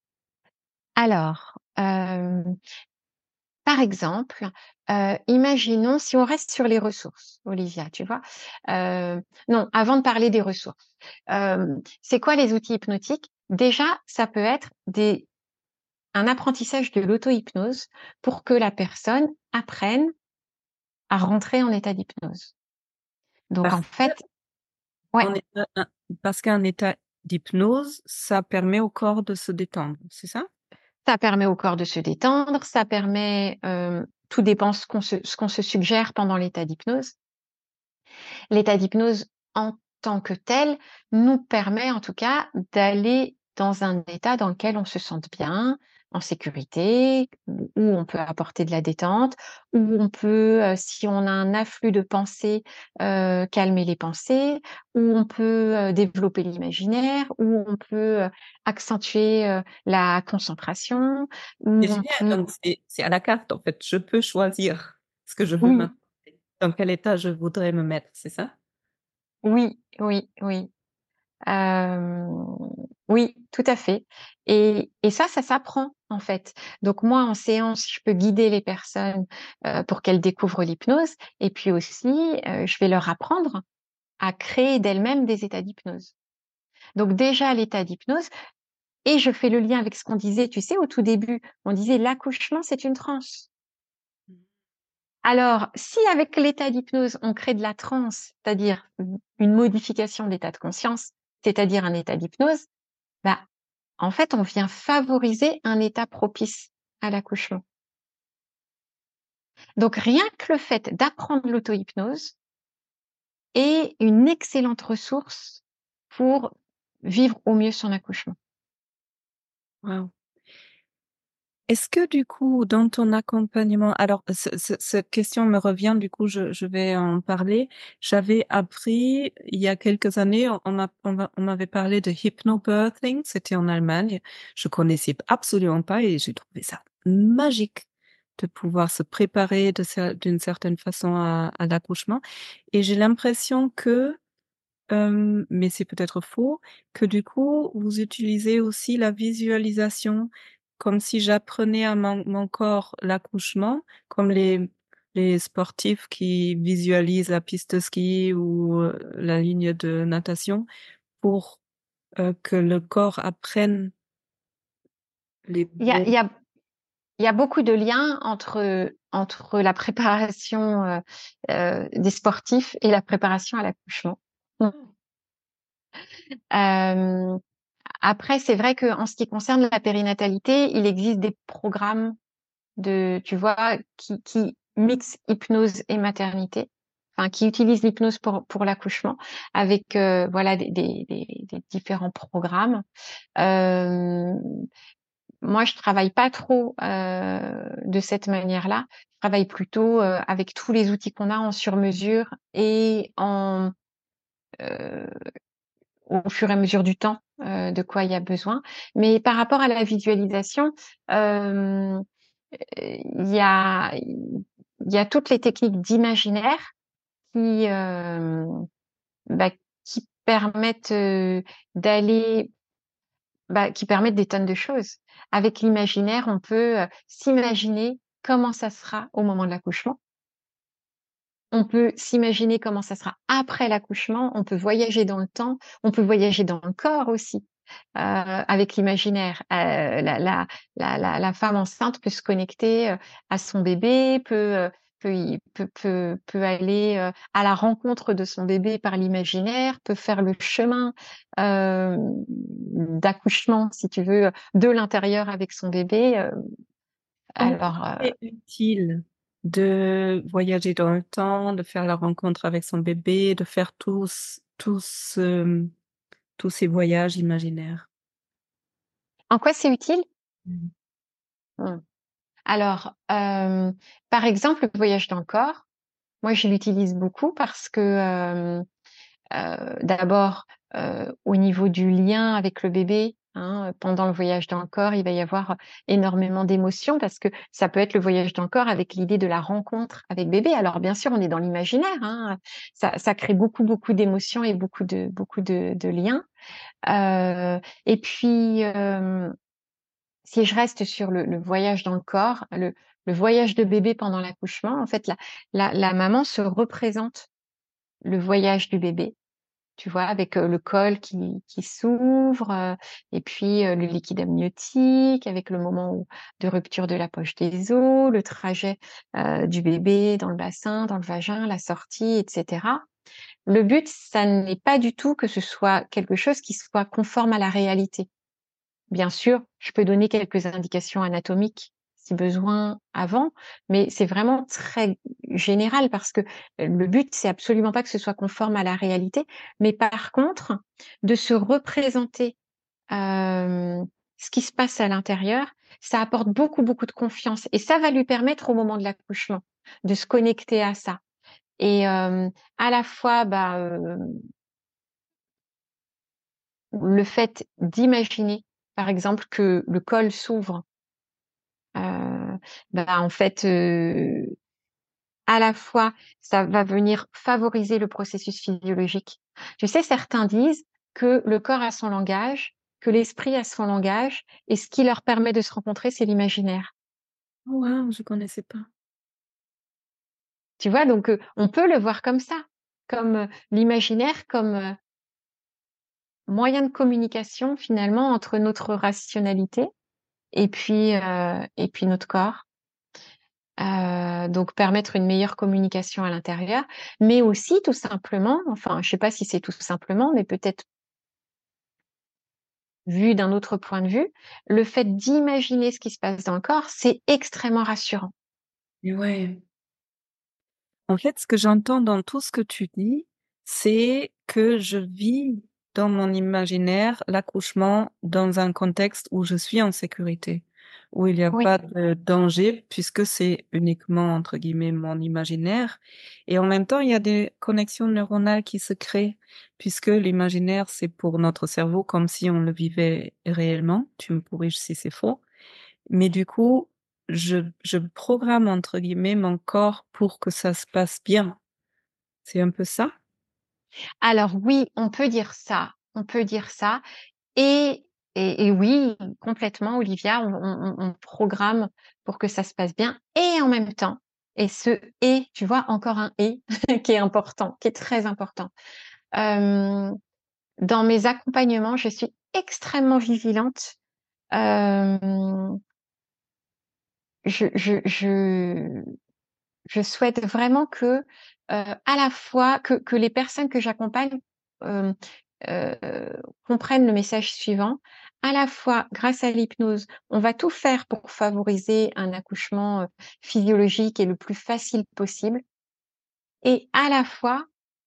Alors, euh, par exemple, euh, imaginons si on reste sur les ressources, Olivia, tu vois. Euh, non, avant de parler des ressources, euh, c'est quoi les outils hypnotiques? Déjà, ça peut être des, un apprentissage de l'auto-hypnose pour que la personne apprenne à rentrer en état d'hypnose. Donc, Parce en fait, ouais, qu'en état- un- parce qu'un état d'hypnose, ça permet au corps de se détendre, c'est ça? ça permet au corps de se détendre, ça permet, euh, tout dépend ce qu'on se, ce qu'on se suggère pendant l'état d'hypnose. L'état d'hypnose en tant que tel nous permet en tout cas d'aller dans un état dans lequel on se sente bien, en sécurité, où on peut apporter de la détente, où on peut, euh, si on a un afflux de pensées, euh, calmer les pensées, où on peut euh, développer l'imaginaire, où on peut euh, accentuer euh, la concentration, où C'est on génial, peut... donc c'est c'est à la carte en fait. Je peux choisir ce que je veux Oui, maintenant, dans quel état je voudrais me mettre, c'est ça? oui, oui, oui. Euh, oui, tout à fait. Et, et ça, ça s'apprend en fait. Donc moi, en séance, je peux guider les personnes euh, pour qu'elles découvrent l'hypnose. Et puis aussi, euh, je vais leur apprendre à créer d'elles-mêmes des états d'hypnose. Donc déjà, l'état d'hypnose, et je fais le lien avec ce qu'on disait, tu sais, au tout début, on disait l'accouchement, c'est une transe. Alors, si avec l'état d'hypnose, on crée de la transe, c'est-à-dire une modification de l'état de conscience, c'est-à-dire un état d'hypnose, bah, en fait, on vient favoriser un état propice à l'accouchement. Donc, rien que le fait d'apprendre l'auto-hypnose est une excellente ressource pour vivre au mieux son accouchement. Waouh. Est-ce que du coup, dans ton accompagnement, alors ce- ce- cette question me revient, du coup, je, je vais en parler. J'avais appris il y a quelques années, on, on m'a- on m'a- on m'avait parlé de hypnobirthing, c'était en Allemagne. Je connaissais absolument pas et j'ai trouvé ça magique de pouvoir se préparer de cer- d'une certaine façon à, à l'accouchement. Et j'ai l'impression que Hem, mais c'est peut-être faux, que du coup, vous utilisez aussi la visualisation, comme si j'apprenais à mon mon corps l'accouchement, comme les les sportifs qui visualisent la piste de ski ou, heu, la ligne de natation pour, heu, que le corps apprenne les Il y a, il bons. y a, il y a beaucoup de liens entre, entre la préparation euh, euh, des sportifs et la préparation à l'accouchement. Euh, Après, c'est vrai qu'en ce qui concerne la périnatalité, il existe des programmes de, tu vois, qui, qui mixent hypnose et maternité, enfin, qui utilisent l'hypnose pour, pour l'accouchement, avec euh, voilà des, des, des, des différents programmes. Euh, Moi, je travaille pas trop euh, de cette manière-là. Je travaille plutôt euh, avec tous les outils qu'on a en sur-mesure et en euh, au fur et à mesure du temps euh, de quoi il y a besoin. Mais par rapport à la visualisation, euh, il y a, il y a toutes les techniques d'imaginaire qui, euh, bah, qui permettent euh, d'aller, bah, qui permettent des tonnes de choses. Avec l'imaginaire, on peut euh, s'imaginer comment ça sera au moment de l'accouchement. On peut s'imaginer comment ça sera après l'accouchement. On peut voyager dans le temps. On peut voyager dans le corps aussi. Euh, avec l'imaginaire, euh, la, la, la, la, la femme enceinte peut se connecter euh, à son bébé, peut, euh, peut, y- peut, peut, peut aller euh, à la rencontre de son bébé par l'imaginaire, peut faire le chemin euh, d'accouchement, si tu veux, de l'intérieur avec son bébé. Euh, En quoi alors, euh, c'est utile de voyager dans le temps, de faire la rencontre avec son bébé, de faire tous, tous, euh, tous ces voyages imaginaires? en quoi c'est utile? Mhm. Hmm. Alors, euh, par exemple, le voyage dans le corps, moi, je l'utilise beaucoup parce que euh, Euh, d'abord, euh, au niveau du lien avec le bébé, hein, pendant le voyage dans le corps, il va y avoir énormément d'émotions parce que ça peut être le voyage dans le corps avec l'idée de la rencontre avec bébé. Alors bien sûr, on est dans l'imaginaire, hein, ça, ça crée beaucoup beaucoup d'émotions et beaucoup de beaucoup de, de liens. Euh, et puis, euh, si je reste sur le, le voyage dans le corps, le, le voyage de bébé pendant l'accouchement, en fait, la, la, la maman se représente le voyage du bébé, tu vois, avec euh, le col qui, qui s'ouvre, euh, et puis euh, le liquide amniotique, avec le moment où- de rupture de la poche des os, le trajet euh, du bébé dans le bassin, dans le vagin, la sortie, et cetera. Le but, ça n'est pas du tout que ce soit quelque chose qui soit conforme à la réalité. Bien sûr, je peux donner quelques indications anatomiques si besoin avant, mais c'est vraiment très général parce que le but, c'est absolument pas que ce soit conforme à la réalité, mais par contre, de se représenter euh, ce qui se passe à l'intérieur, ça apporte beaucoup, beaucoup de confiance et ça va lui permettre au moment de l'accouchement de se connecter à ça. Et euh, à la fois, bah, euh, le fait d'imaginer, par exemple, que le col s'ouvre. Euh, bah, en fait, euh, à la fois, ça va venir favoriser le processus physiologique. Tu sais, certains disent que le corps a son langage, que l'esprit a son langage, et ce qui leur permet de se rencontrer, c'est l'imaginaire. Oh, wow, je connaissais pas. Tu vois, donc euh, on peut le voir comme ça, comme euh, l'imaginaire, comme euh, moyen de communication finalement entre notre rationalité et puis euh, et puis notre corps. Euh, donc permettre une meilleure communication à l'intérieur, mais aussi tout simplement, enfin, je sais pas si c'est tout simplement, mais peut-être vu d'un autre point de vue, le fait d'imaginer ce qui se passe dans le corps, c'est extrêmement rassurant. Mais ouais. En fait, ce que j'entends dans tout ce que tu dis, c'est que je vis dans mon imaginaire l'accouchement dans un contexte où je suis en sécurité, où il n'y a Oui. pas de danger puisque c'est uniquement, entre guillemets, mon imaginaire. Et en même temps, il y a des connexions neuronales qui se créent puisque l'imaginaire, c'est pour notre cerveau comme si on le vivait réellement. Tu me corriges si c'est faux. Mais du coup, je je programme entre guillemets mon corps pour que ça se passe bien. C'est un peu ça? Alors oui, on peut dire ça, on peut dire ça, et et, et oui, complètement, Olivia, on, on, on programme pour que ça se passe bien, et en même temps, et ce et, tu vois, encore un et qui est important, qui est très important. Euh, Dans mes accompagnements, je suis extrêmement vigilante. Euh, je, je, je, je souhaite vraiment que, euh, à la fois, que, que les personnes que j'accompagne euh, euh, comprennent le message suivant. À la fois, grâce à l'hypnose, on va tout faire pour favoriser un accouchement euh, physiologique et le plus facile possible. Et à la fois,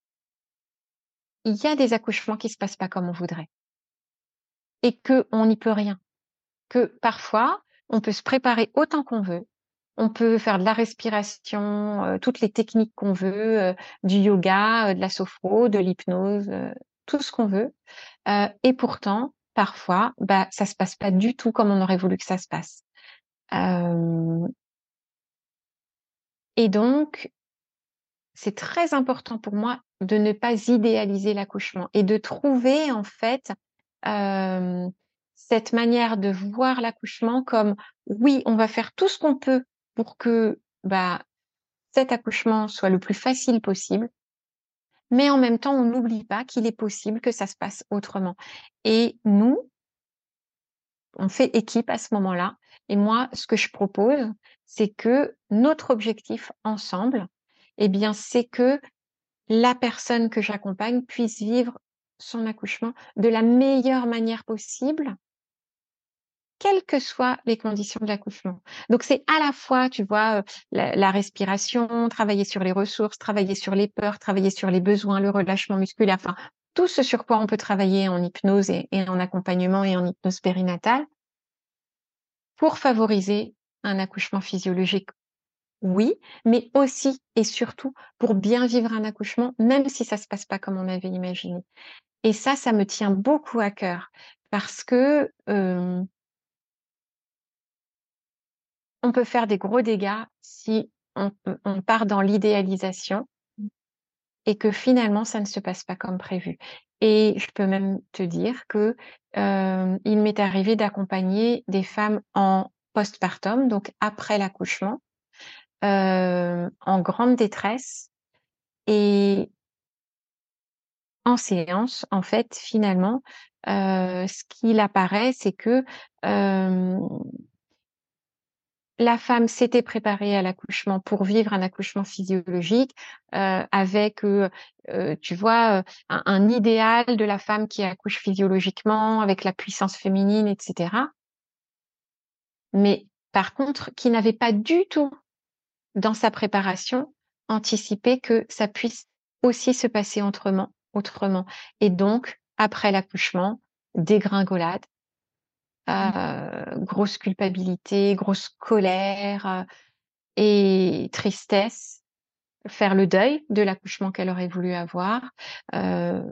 il y a des accouchements qui se passent pas comme on voudrait et que on n'y peut rien. Que parfois, on peut se préparer autant qu'on veut. On peut faire de la respiration, euh, toutes les techniques qu'on veut, euh, du yoga, euh, de la sophro, de l'hypnose, euh, tout ce qu'on veut. Euh, et pourtant, parfois, bah, ça se passe pas du tout comme on aurait voulu que ça se passe. Hem et donc c'est très important pour moi de ne pas idéaliser l'accouchement et de trouver en fait, hem, cette manière de voir l'accouchement comme: oui, on va faire tout ce qu'on peut pour que, bah, cet accouchement soit le plus facile possible, mais en même temps, on n'oublie pas qu'il est possible que ça se passe autrement et nous, on fait équipe à ce moment-là et moi, ce que je propose, c'est que notre objectif ensemble, eh bien, c'est que la personne que j'accompagne puisse vivre son accouchement de la meilleure manière possible, quelles que soient les conditions de l'accouchement. Donc c'est à la fois, tu vois, heu, la la respiration, travailler sur les ressources, travailler sur les peurs, travailler sur les besoins, le relâchement musculaire, enfin, tout ce sur quoi on peut travailler en hypnose et et en accompagnement et en hypnose périnatale pour favoriser un accouchement physiologique, oui, mais aussi et surtout pour bien vivre un accouchement, même si ça se passe pas comme on avait imaginé. Et ça, ça me tient beaucoup à cœur parce que, hem, on peut faire des gros dégâts si on on on part dans l'idéalisation et que finalement ça ne se passe pas comme prévu. Et je peux même te dire que, hem, il m'est arrivé d'accompagner des femmes en postpartum, donc après l'accouchement, heu, en grande détresse et en séance, en fait, finalement, heu, ce qu'il apparaît, c'est que, hem, la femme s'était préparée à l'accouchement pour vivre un accouchement physiologique, heu, avec, heu heu, tu vois, heu, un un idéal de la femme qui accouche physiologiquement, avec la puissance féminine et cetera. Mais par contre, qui n'avait pas du tout, dans sa préparation, anticipé que ça puisse aussi se passer autrement autrement et donc après l'accouchement, dégringolade, heu, grosse culpabilité, grosse colère, heu et tristesse, faire le deuil de l'accouchement qu'elle aurait voulu avoir, heu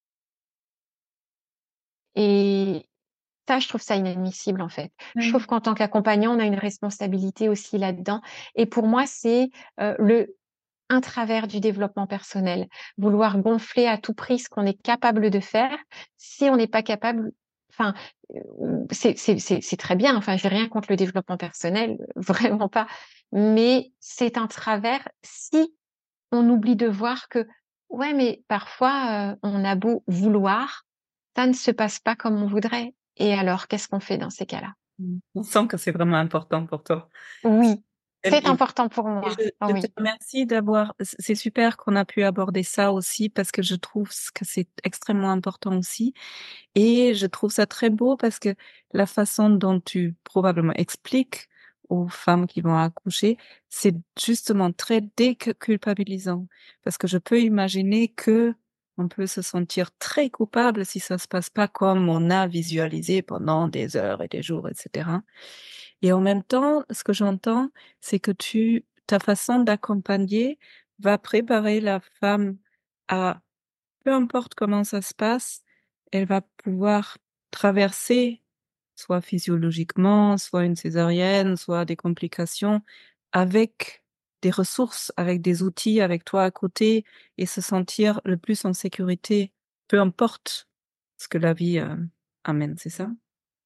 et ça, je trouve ça inadmissible, en fait. Je trouve Oui. qu'en tant qu'accompagnant, on a une responsabilité aussi là-dedans et pour moi, c'est, heu, le un travers du développement personnel. Vouloir gonfler à tout prix ce qu'on est capable de faire, si on n'est pas capable enfin, heu, c'est c'est c'est c'est très bien, enfin, j'ai rien contre le développement personnel, vraiment pas. Mais c'est un travers si on oublie de voir que, ouais, mais parfois, heu, on a beau vouloir, ça ne se passe pas comme on voudrait et alors qu'est-ce qu'on fait dans ces cas-là? Mmh. On sent que c'est vraiment important pour toi. Oui, Hem c'est et important pour et moi, je je te oui. remercie d'avoir c c'est super qu'on a pu aborder ça aussi parce que je trouve s que c'est extrêmement important aussi et je trouve ça très beau parce que la façon dont tu probablement expliques aux femmes qui vont accoucher, c'est justement très déculpabilisant. Parce que je peux imaginer qu'on peut se sentir très coupable si ça se passe pas comme on a visualisé pendant des heures et des jours et cetera. Et en même temps, ce que j'entends, c'est que tu ta façon d'accompagner va préparer la femme à peu importe comment ça se passe, elle va pouvoir traverser, soit physiologiquement, soit une césarienne, soit des complications, avec des ressources, avec des outils, avec toi à côté et se sentir le plus en sécurité, peu importe ce que la vie, heu, amène, c'est ça?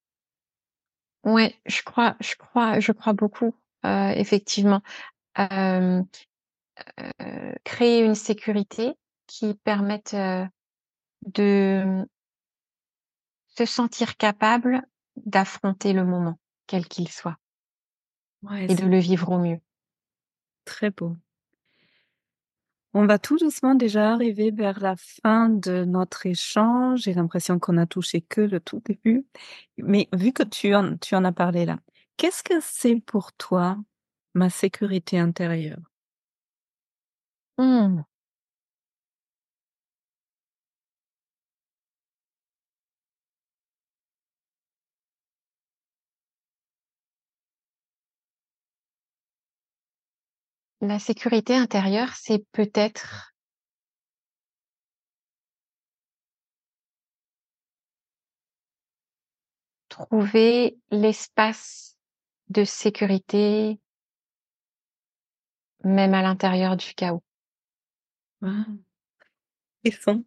Ouais, je crois je crois je crois beaucoup, heu, effectivement. Hem, heu, créer une sécurité qui permette, heu, de, mmh, se sentir capable d'affronter le moment, quel qu'il soit Ouais, et de c'est le vivre au mieux. très beau. On va tout doucement déjà arriver vers la fin de notre échange. J'ai l'impression qu'on a touché que le tout début. Mais vu que tu en tu en as parlé là, qu'est-ce que c'est pour toi ma sécurité intérieure? Mmh. La sécurité intérieure, c'est peut-être trouver l'espace de sécurité, même à l'intérieur du chaos. Waouh! Frisson.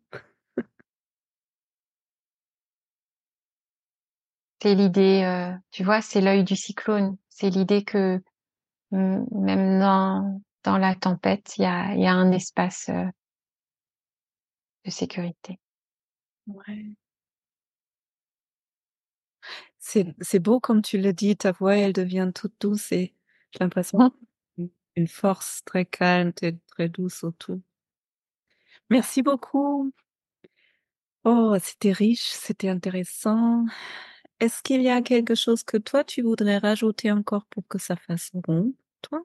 C'est l'idée, heu, tu vois, c'est l'œil du cyclone. C'est l'idée que, mmh, même dans dans la tempête, il y a il y a un espace, heu de sécurité. Ouais. C'est c'est beau comme tu le dis, ta voix, elle devient toute douce et j'ai l'impression Mmh. une une force très calme, très très douce autour. Merci beaucoup. Oh, c'était riche, c'était intéressant. Est-ce qu'il y a quelque chose que toi, tu voudrais rajouter encore pour que ça fasse rond, toi?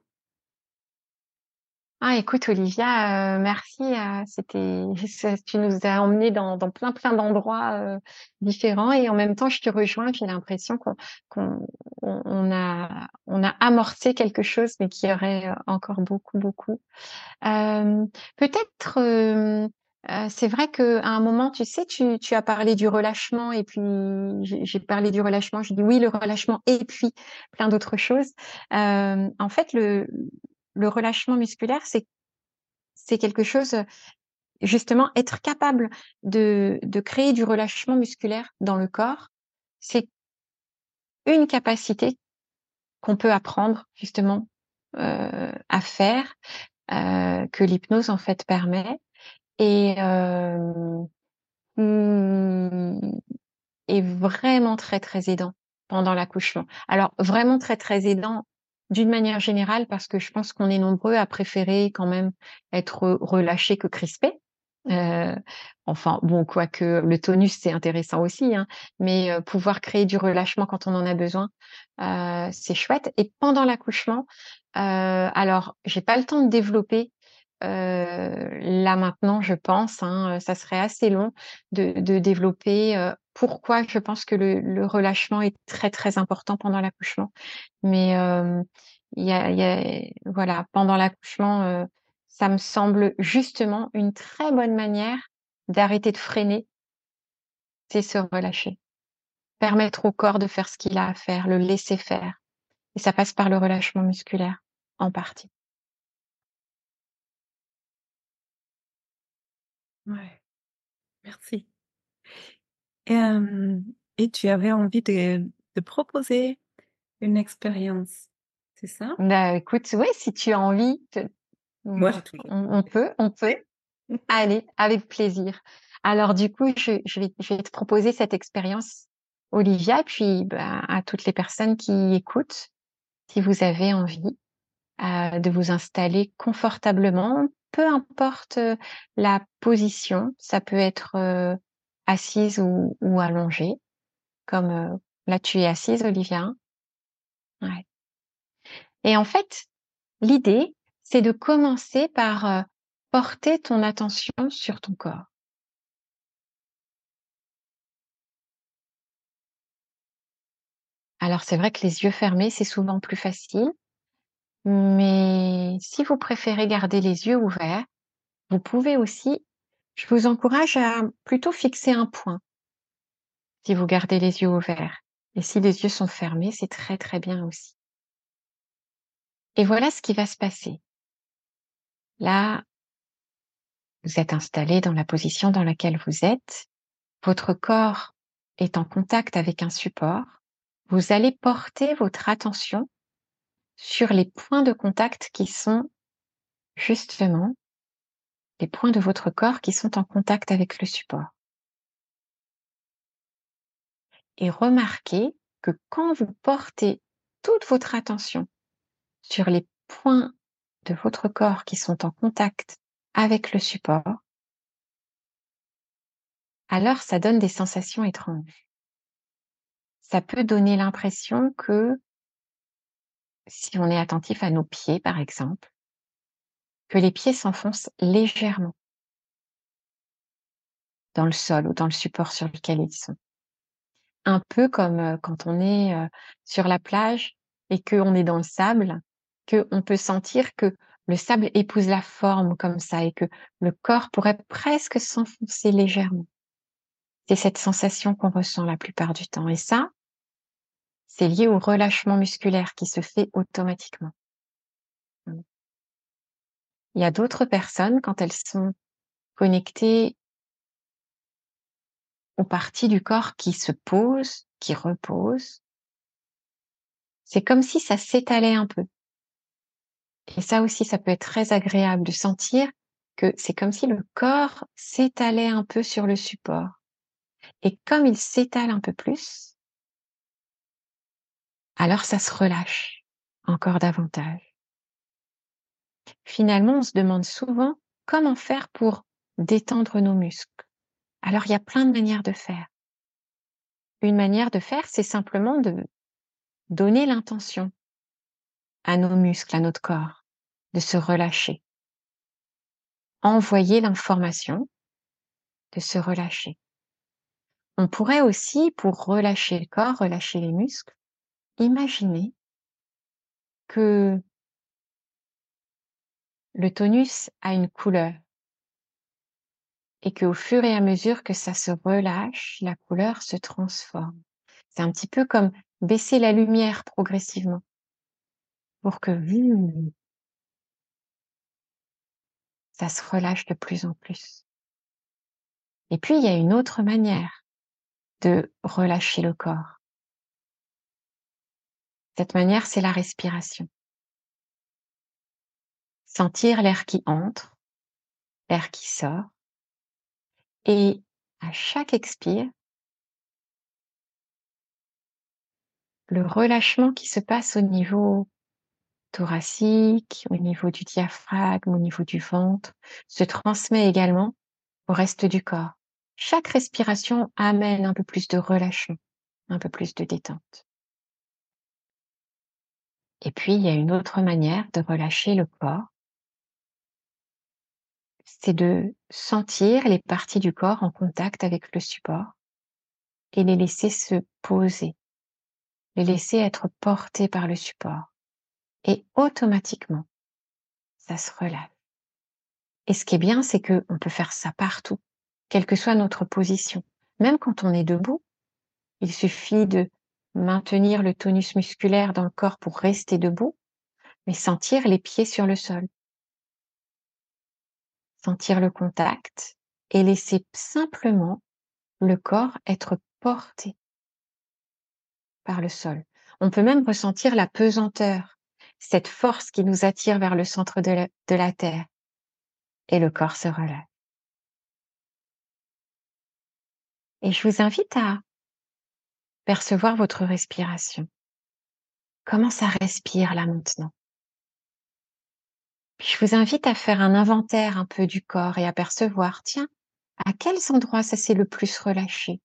Ah écoute Olivia, heu, merci, heu, c'était ça tu nous as emmenés dans dans plein, plein d'endroits, heu, différents et en même temps je te rejoins, j'ai l'impression qu'on qu'on on on a on a amorcé quelque chose, mais qu'il y aurait, heu, encore beaucoup, beaucoup. Hem, peut-être, hem, heu, c'est vrai qu'à un moment, tu sais, tu tu as parlé du relâchement et puis j'ai j'ai parlé du relâchement, j'ai dit: «Oui, le relâchement» et puis plein d'autres choses. Hem, en fait, le le relâchement musculaire, c'est c'est quelque chose, heu, justement, être capable de de créer du relâchement musculaire dans le corps, c'est une capacité qu'on peut apprendre justement, heu, à faire, heu, que l'hypnose, en fait, permet et hem, mmh, est vraiment très, très aidant pendant l'accouchement. Alors vraiment très, très aidant d'une manière générale parce que je pense qu'on est nombreux à préférer quand même être relâchés que crispés. Heu, enfin bon, quoique le tonus, c'est intéressant aussi, hein, mais heu, pouvoir créer du relâchement quand on en a besoin, heu, c'est chouette et pendant l'accouchement, heu, alors j'ai pas le temps de développer, heu, là maintenant je pense, hein, ça serait assez long de de développer, heu, pourquoi je pense que le le relâchement est très, très important pendant l'accouchement. Mais hem, il y a il y a voilà, pendant l'accouchement, heu, ça me semble justement une très bonne manière d'arrêter de freiner, c'est se relâcher. Permettre au corps de faire ce qu'il a à faire, le laisser faire et ça passe par le relâchement musculaire, en partie. Ouais, merci. Et hem et tu avais envie de de proposer une expérience, c'est ça? Bah, écoute, ouais, si tu as envie, te Moi, mmh, j'ai toujours on on peut on peut. Allez, avec plaisir. Alors du coup, je je vais je vais te proposer cette expérience, Olivia, et puis, bah, à toutes les personnes qui écoutent, si vous avez envie, heu, de vous installer confortablement, peu importe, heu, la position, ça peut être, heu, assise ou ou allongée, comme, heu, là tu es assise, Olivia, hein? Ouais et en fait, l'idée, c'est de commencer par, heu, porter ton attention sur ton corps. Alors c'est vrai que les yeux fermés, c'est souvent plus facile, mais si vous préférez garder les yeux ouverts, vous pouvez aussi je vous encourage à plutôt fixer un point si vous gardez les yeux ouverts et si les yeux sont fermés, c'est très, très bien aussi. Et voilà ce qui va se passer. Là, vous êtes installé dans la position dans laquelle vous êtes, votre corps est en contact avec un support, vous allez porter votre attention sur les points de contact qui sont justement les points de votre corps qui sont en contact avec le support. Et remarquez que quand vous portez toute votre attention sur les points de votre corps qui sont en contact avec le support, alors ça donne des sensations étranges. Ça peut donner l'impression que, si on est attentif à nos pieds par exemple, que les pieds s'enfoncent légèrement dans le sol ou dans le support sur lequel ils sont. Un peu comme, heu, quand on est, heu, sur la plage et qu'on est dans le sable, qu'on peut sentir que le sable épouse la forme comme ça et que le corps pourrait presque s'enfoncer légèrement. C'est cette sensation qu'on ressent la plupart du temps et ça C'est lié au relâchement musculaire qui se fait automatiquement. Il y a d'autres personnes, quand elles sont connectées aux parties du corps qui se posent, qui reposent, c'est comme si ça s'étalait un peu. Et ça aussi, ça peut être très agréable de sentir que c'est comme si le corps s'étalait un peu sur le support. Et comme il s'étale un peu plus, alors ça se relâche encore davantage. Finalement, on se demande souvent comment faire pour détendre nos muscles. Alors, il y a plein de manières de faire. Une manière de faire, c'est simplement de donner l'intention à nos muscles, à notre corps, de se relâcher. Envoyer l'information de se relâcher. On pourrait aussi, pour relâcher le corps, relâcher les muscles, imaginer que le tonus a une couleur et qu'au fur et à mesure que ça se relâche, la couleur se transforme. C'est un petit peu comme baisser la lumière progressivement pour que mmh, ça se relâche de plus en plus. Et puis, il y a une autre manière de relâcher le corps. Cette manière, c'est la respiration. Sentir l'air qui entre, l'air qui sort. Et à chaque expire, le relâchement qui se passe au niveau thoracique, au niveau du diaphragme, au niveau du ventre, se transmet également au reste du corps. Chaque respiration amène un peu plus de relâchement, un peu plus de détente. Et puis, il y a une autre manière de relâcher le corps, c'est de sentir les parties du corps en contact avec le support et les laisser se poser, les laisser être portées par le support. Et automatiquement, ça se relâche. Et ce qui est bien, c'est qu'on peut faire ça partout, quelle que soit notre position. Même quand on est debout, il suffit de maintenir le tonus musculaire dans le corps pour rester debout, mais sentir les pieds sur le sol. Sentir le contact et laisser simplement le corps être porté par le sol. On peut même ressentir la pesanteur, cette force qui nous attire vers le centre de la, de la terre. Et le corps se relâche. Et je vous invite à percevoir votre respiration. Comment ça respire là maintenant? Puis je vous invite à faire un inventaire un peu du corps et à percevoir, tiens, à quels endroits ça s'est le plus relâché?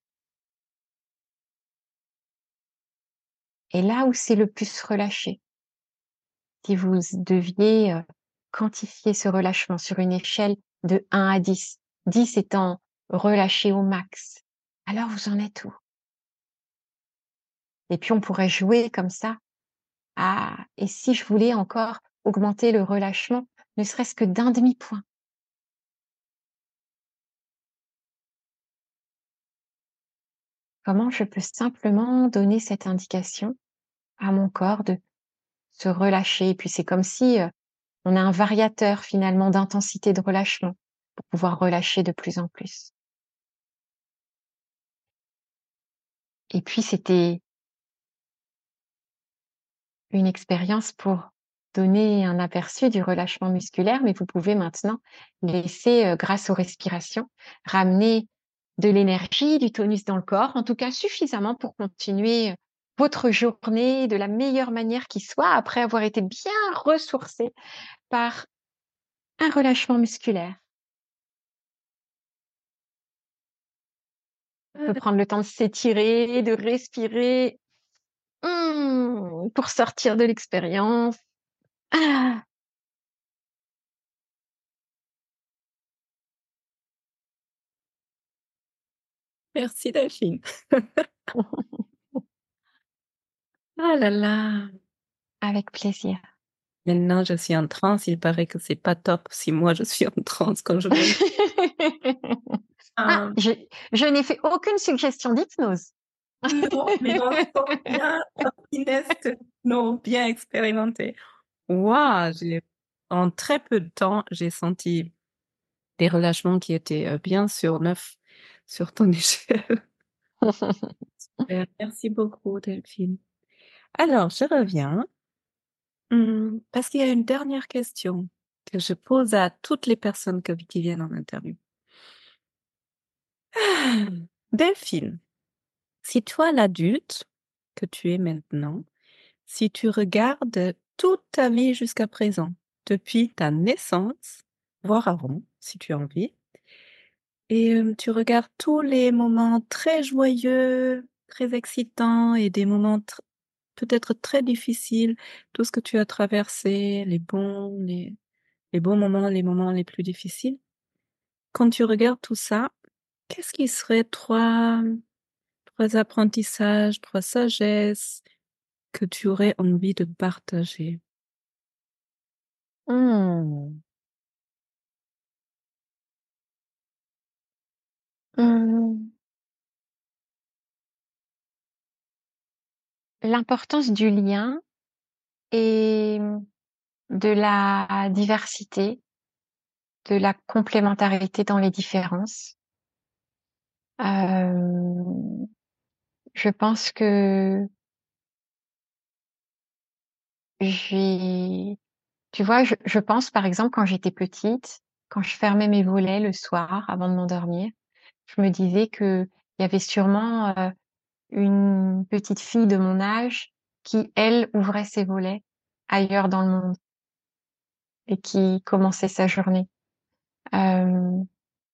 Et là où c'est le plus relâché, si vous deviez euh, quantifier ce relâchement sur une échelle de un à dix, dix étant relâché au max, alors vous en êtes où? Et puis on pourrait jouer comme ça. Ah, et si je voulais encore augmenter le relâchement, ne serait-ce que d'un demi-point? Comment je peux simplement donner cette indication à mon corps de se relâcher? Et puis c'est comme si euh, on a un variateur finalement d'intensité de relâchement pour pouvoir relâcher de plus en plus. Et puis c'était une expérience pour donner un aperçu du relâchement musculaire, mais vous pouvez maintenant laisser, euh, grâce aux respirations, ramener de l'énergie, du tonus dans le corps, en tout cas suffisamment pour continuer votre journée de la meilleure manière qui soit, après avoir été bien ressourcé par un relâchement musculaire. On peut prendre le temps de s'étirer, de respirer, mmh, pour sortir de l'expérience. Ah! Merci Delphine. Ah là là. Avec plaisir. Maintenant, je suis en transe. Il paraît que c'est pas top si moi je suis en transe quand je me... Ah, Ah, je je n'ai fait aucune suggestion d'hypnose. Non, mais on sent bien la finesse de nos bien expérimentés. Waouh! J'ai en très peu de temps, j'ai senti des relâchements qui étaient, heu, bien sur neuf sur ton échelle. Super, merci beaucoup Delphine. Alors je reviens, mmh, parce qu'il y a une dernière question que je pose à toutes les personnes que qui viennent en interview. Delphine, si toi l'adulte que tu es maintenant, si tu regardes toute ta vie jusqu'à présent, depuis ta naissance, voire avant, si tu as envie, et hem, tu regardes tous les moments très joyeux, très excitants et des moments tr peut-être très difficiles, tout ce que tu as traversé, les bons, les les bons moments, les moments les plus difficiles. Quand tu regardes tout ça, qu'est-ce qui serait trois trois apprentissages, trois sagesses que tu aurais envie de partager? Mmh. Mmh. L'importance du lien et mmh, de la diversité, de la complémentarité dans les différences. Hem, je pense que j'ai tu vois, je je pense par exemple quand j'étais petite, quand je fermais mes volets le soir avant de m'endormir, je me disais qu'il y avait sûrement, heu, une petite fille de mon âge qui, elle, ouvrait ses volets ailleurs dans le monde et qui commençait sa journée. Hem,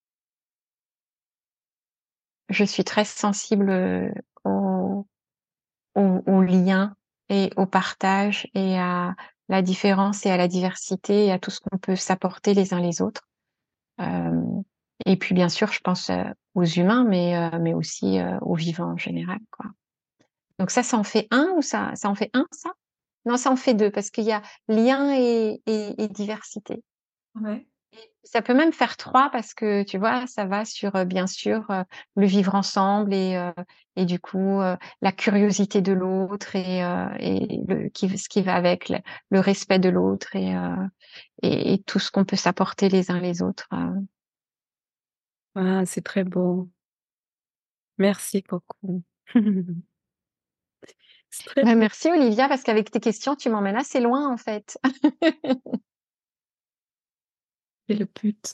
je suis très sensible, heu, au au au lien et au partage et à la différence et à la diversité et à tout ce qu'on peut s'apporter les uns les autres. Hem et puis bien sûr, je pense, heu, aux humains, mais heu, mais aussi, heu, aux vivants en général, quoi. Donc ça, ça en fait un ou ça ça en fait un ça? Non, ça en fait deux parce qu'il y a lien et et et diversité. Ouais. Ça peut même faire trois parce que tu vois, ça va sur, heu, bien sûr, heu, le vivre ensemble et heu et du coup, heu, la curiosité de l'autre et heu et le qui ce qui va avec, le le respect de l'autre et heu et et tout ce qu'on peut s'apporter les uns les autres, heu. Ah, c'est très beau. Merci beaucoup. C'est très Bah, beau, merci Olivia parce qu'avec tes questions, tu m'emmènes assez loin en fait. c'est le but.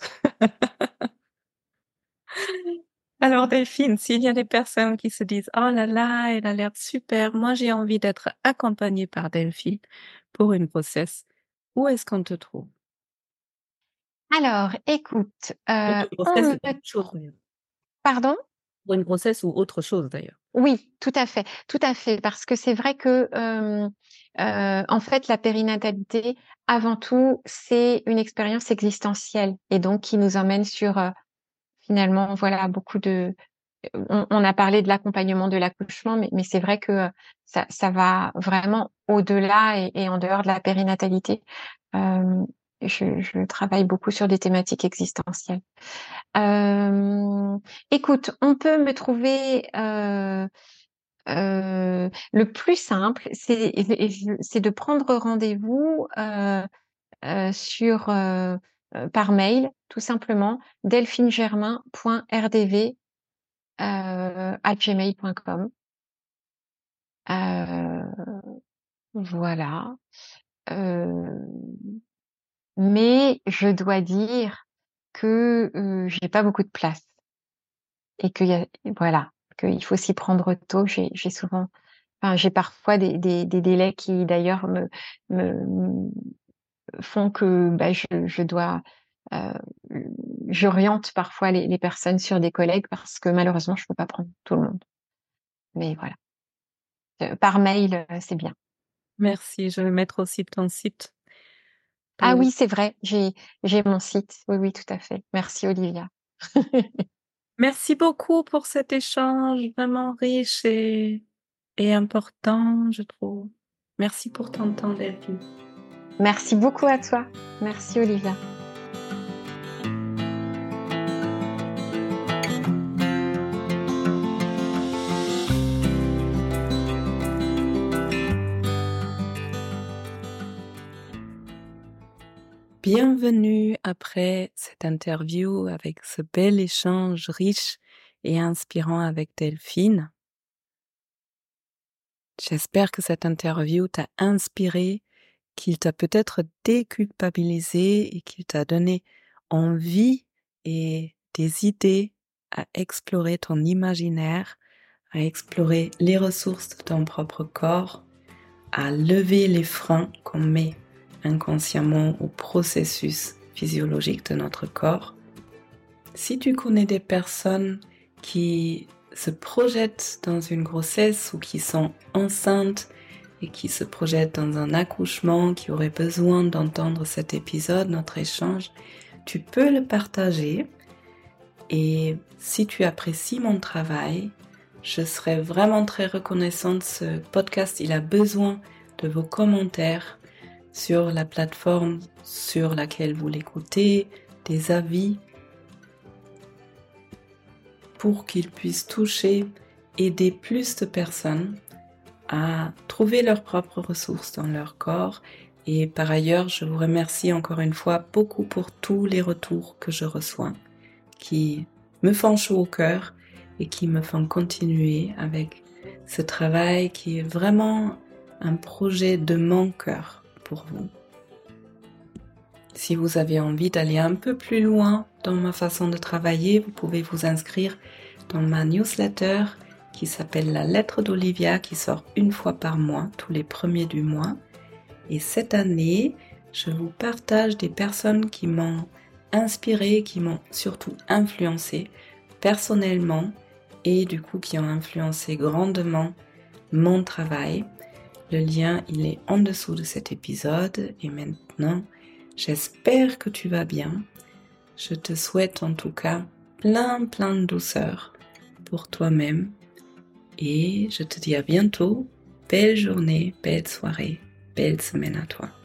Alors Delphine, s'il y a des personnes qui se disent: «Oh là là, elle a l'air super, moi j'ai envie d'être accompagnée par Delphine pour une grossesse», où est-ce qu'on te trouve? Alors écoute, Pour heu, une on grossesse ou me autre chose d'ailleurs. pardon? Pour une grossesse ou autre chose d'ailleurs. Oui, tout à fait, tout à fait, parce que c'est vrai que, hem, heu, en fait, la périnatalité, avant tout, c'est une expérience existentielle et donc qui nous emmène sur, heu, finalement, voilà, beaucoup de on on a parlé de l'accompagnement de l'accouchement, mais mais c'est vrai que, heu, ça ça va vraiment au-delà et et en dehors de la périnatalité. Hem, je je travaille beaucoup sur des thématiques existentielles. Hem, écoute, on peut me trouver, heu heu, le plus simple, c'est et je c'est de prendre rendez-vous, heu heu, sur, heu heu, par mail, tout simplement, delphinegermain.rdv, heu, arobase gmail point com. Heu, voilà, hem, mais je dois dire que, heu, j'ai pas beaucoup de place. Et qu'il y a voilà, qu'il faut s'y prendre tôt. J'ai j'ai souvent enfin, j'ai parfois des des des délais qui d'ailleurs me me font que, bah, je je dois, heu, j'oriente parfois les les personnes sur des collègues parce que malheureusement je peux pas prendre tout le monde. Mais voilà, heu, par mail, heu, c'est bien. Merci, je vais mettre aussi ton site Ah pour oui, c'est vrai, j'ai j'ai mon site. Oui, oui, tout à fait. Merci Olivia. merci beaucoup pour cet échange vraiment riche et et important, je trouve. Merci pour ton temps, Delphine. Merci beaucoup à toi. Merci Olivia. Bienvenue après cette interview avec ce bel échange riche et inspirant avec Delphine. J'espère que cette interview t'a inspiré, qu'il t'a peut-être déculpabilisé et qu'il t'a donné envie et des idées à explorer ton imaginaire, à explorer les ressources de ton propre corps, à lever les freins qu'on met inconsciemment au processus physiologique de notre corps. Si tu connais des personnes qui se projettent dans une grossesse ou qui sont enceintes et qui se projettent dans un accouchement, qui auraient besoin d'entendre cet épisode, notre échange, tu peux le partager. Et si tu apprécies mon travail, je serais vraiment très reconnaissante. Ce podcast, il a besoin de vos commentaires sur la plateforme sur laquelle vous l'écoutez, des avis, pour qu'il puisse toucher, aider plus de personnes à trouver leurs propres ressources dans leur corps. Et par ailleurs, je vous remercie encore une fois beaucoup pour tous les retours que je reçois, qui me font chaud au cœur et qui me font continuer avec ce travail qui est vraiment un projet de mon cœur pour vous. Si vous avez envie d'aller un peu plus loin dans ma façon de travailler, vous pouvez vous inscrire dans ma newsletter qui s'appelle La Lettre d'Olivia, qui sort une fois par mois, tous les premiers du mois. Et cette année, je vous partage des personnes qui m'ont inspiré, qui m'ont surtout influencé personnellement et du coup qui ont influencé grandement mon travail. Le lien, il est en dessous de cet épisode. Et maintenant, j'espère que tu vas bien. Je te souhaite en tout cas plein plein de douceur pour toi-même. Et je te dis à bientôt. Belle journée, belle soirée, belle semaine à toi.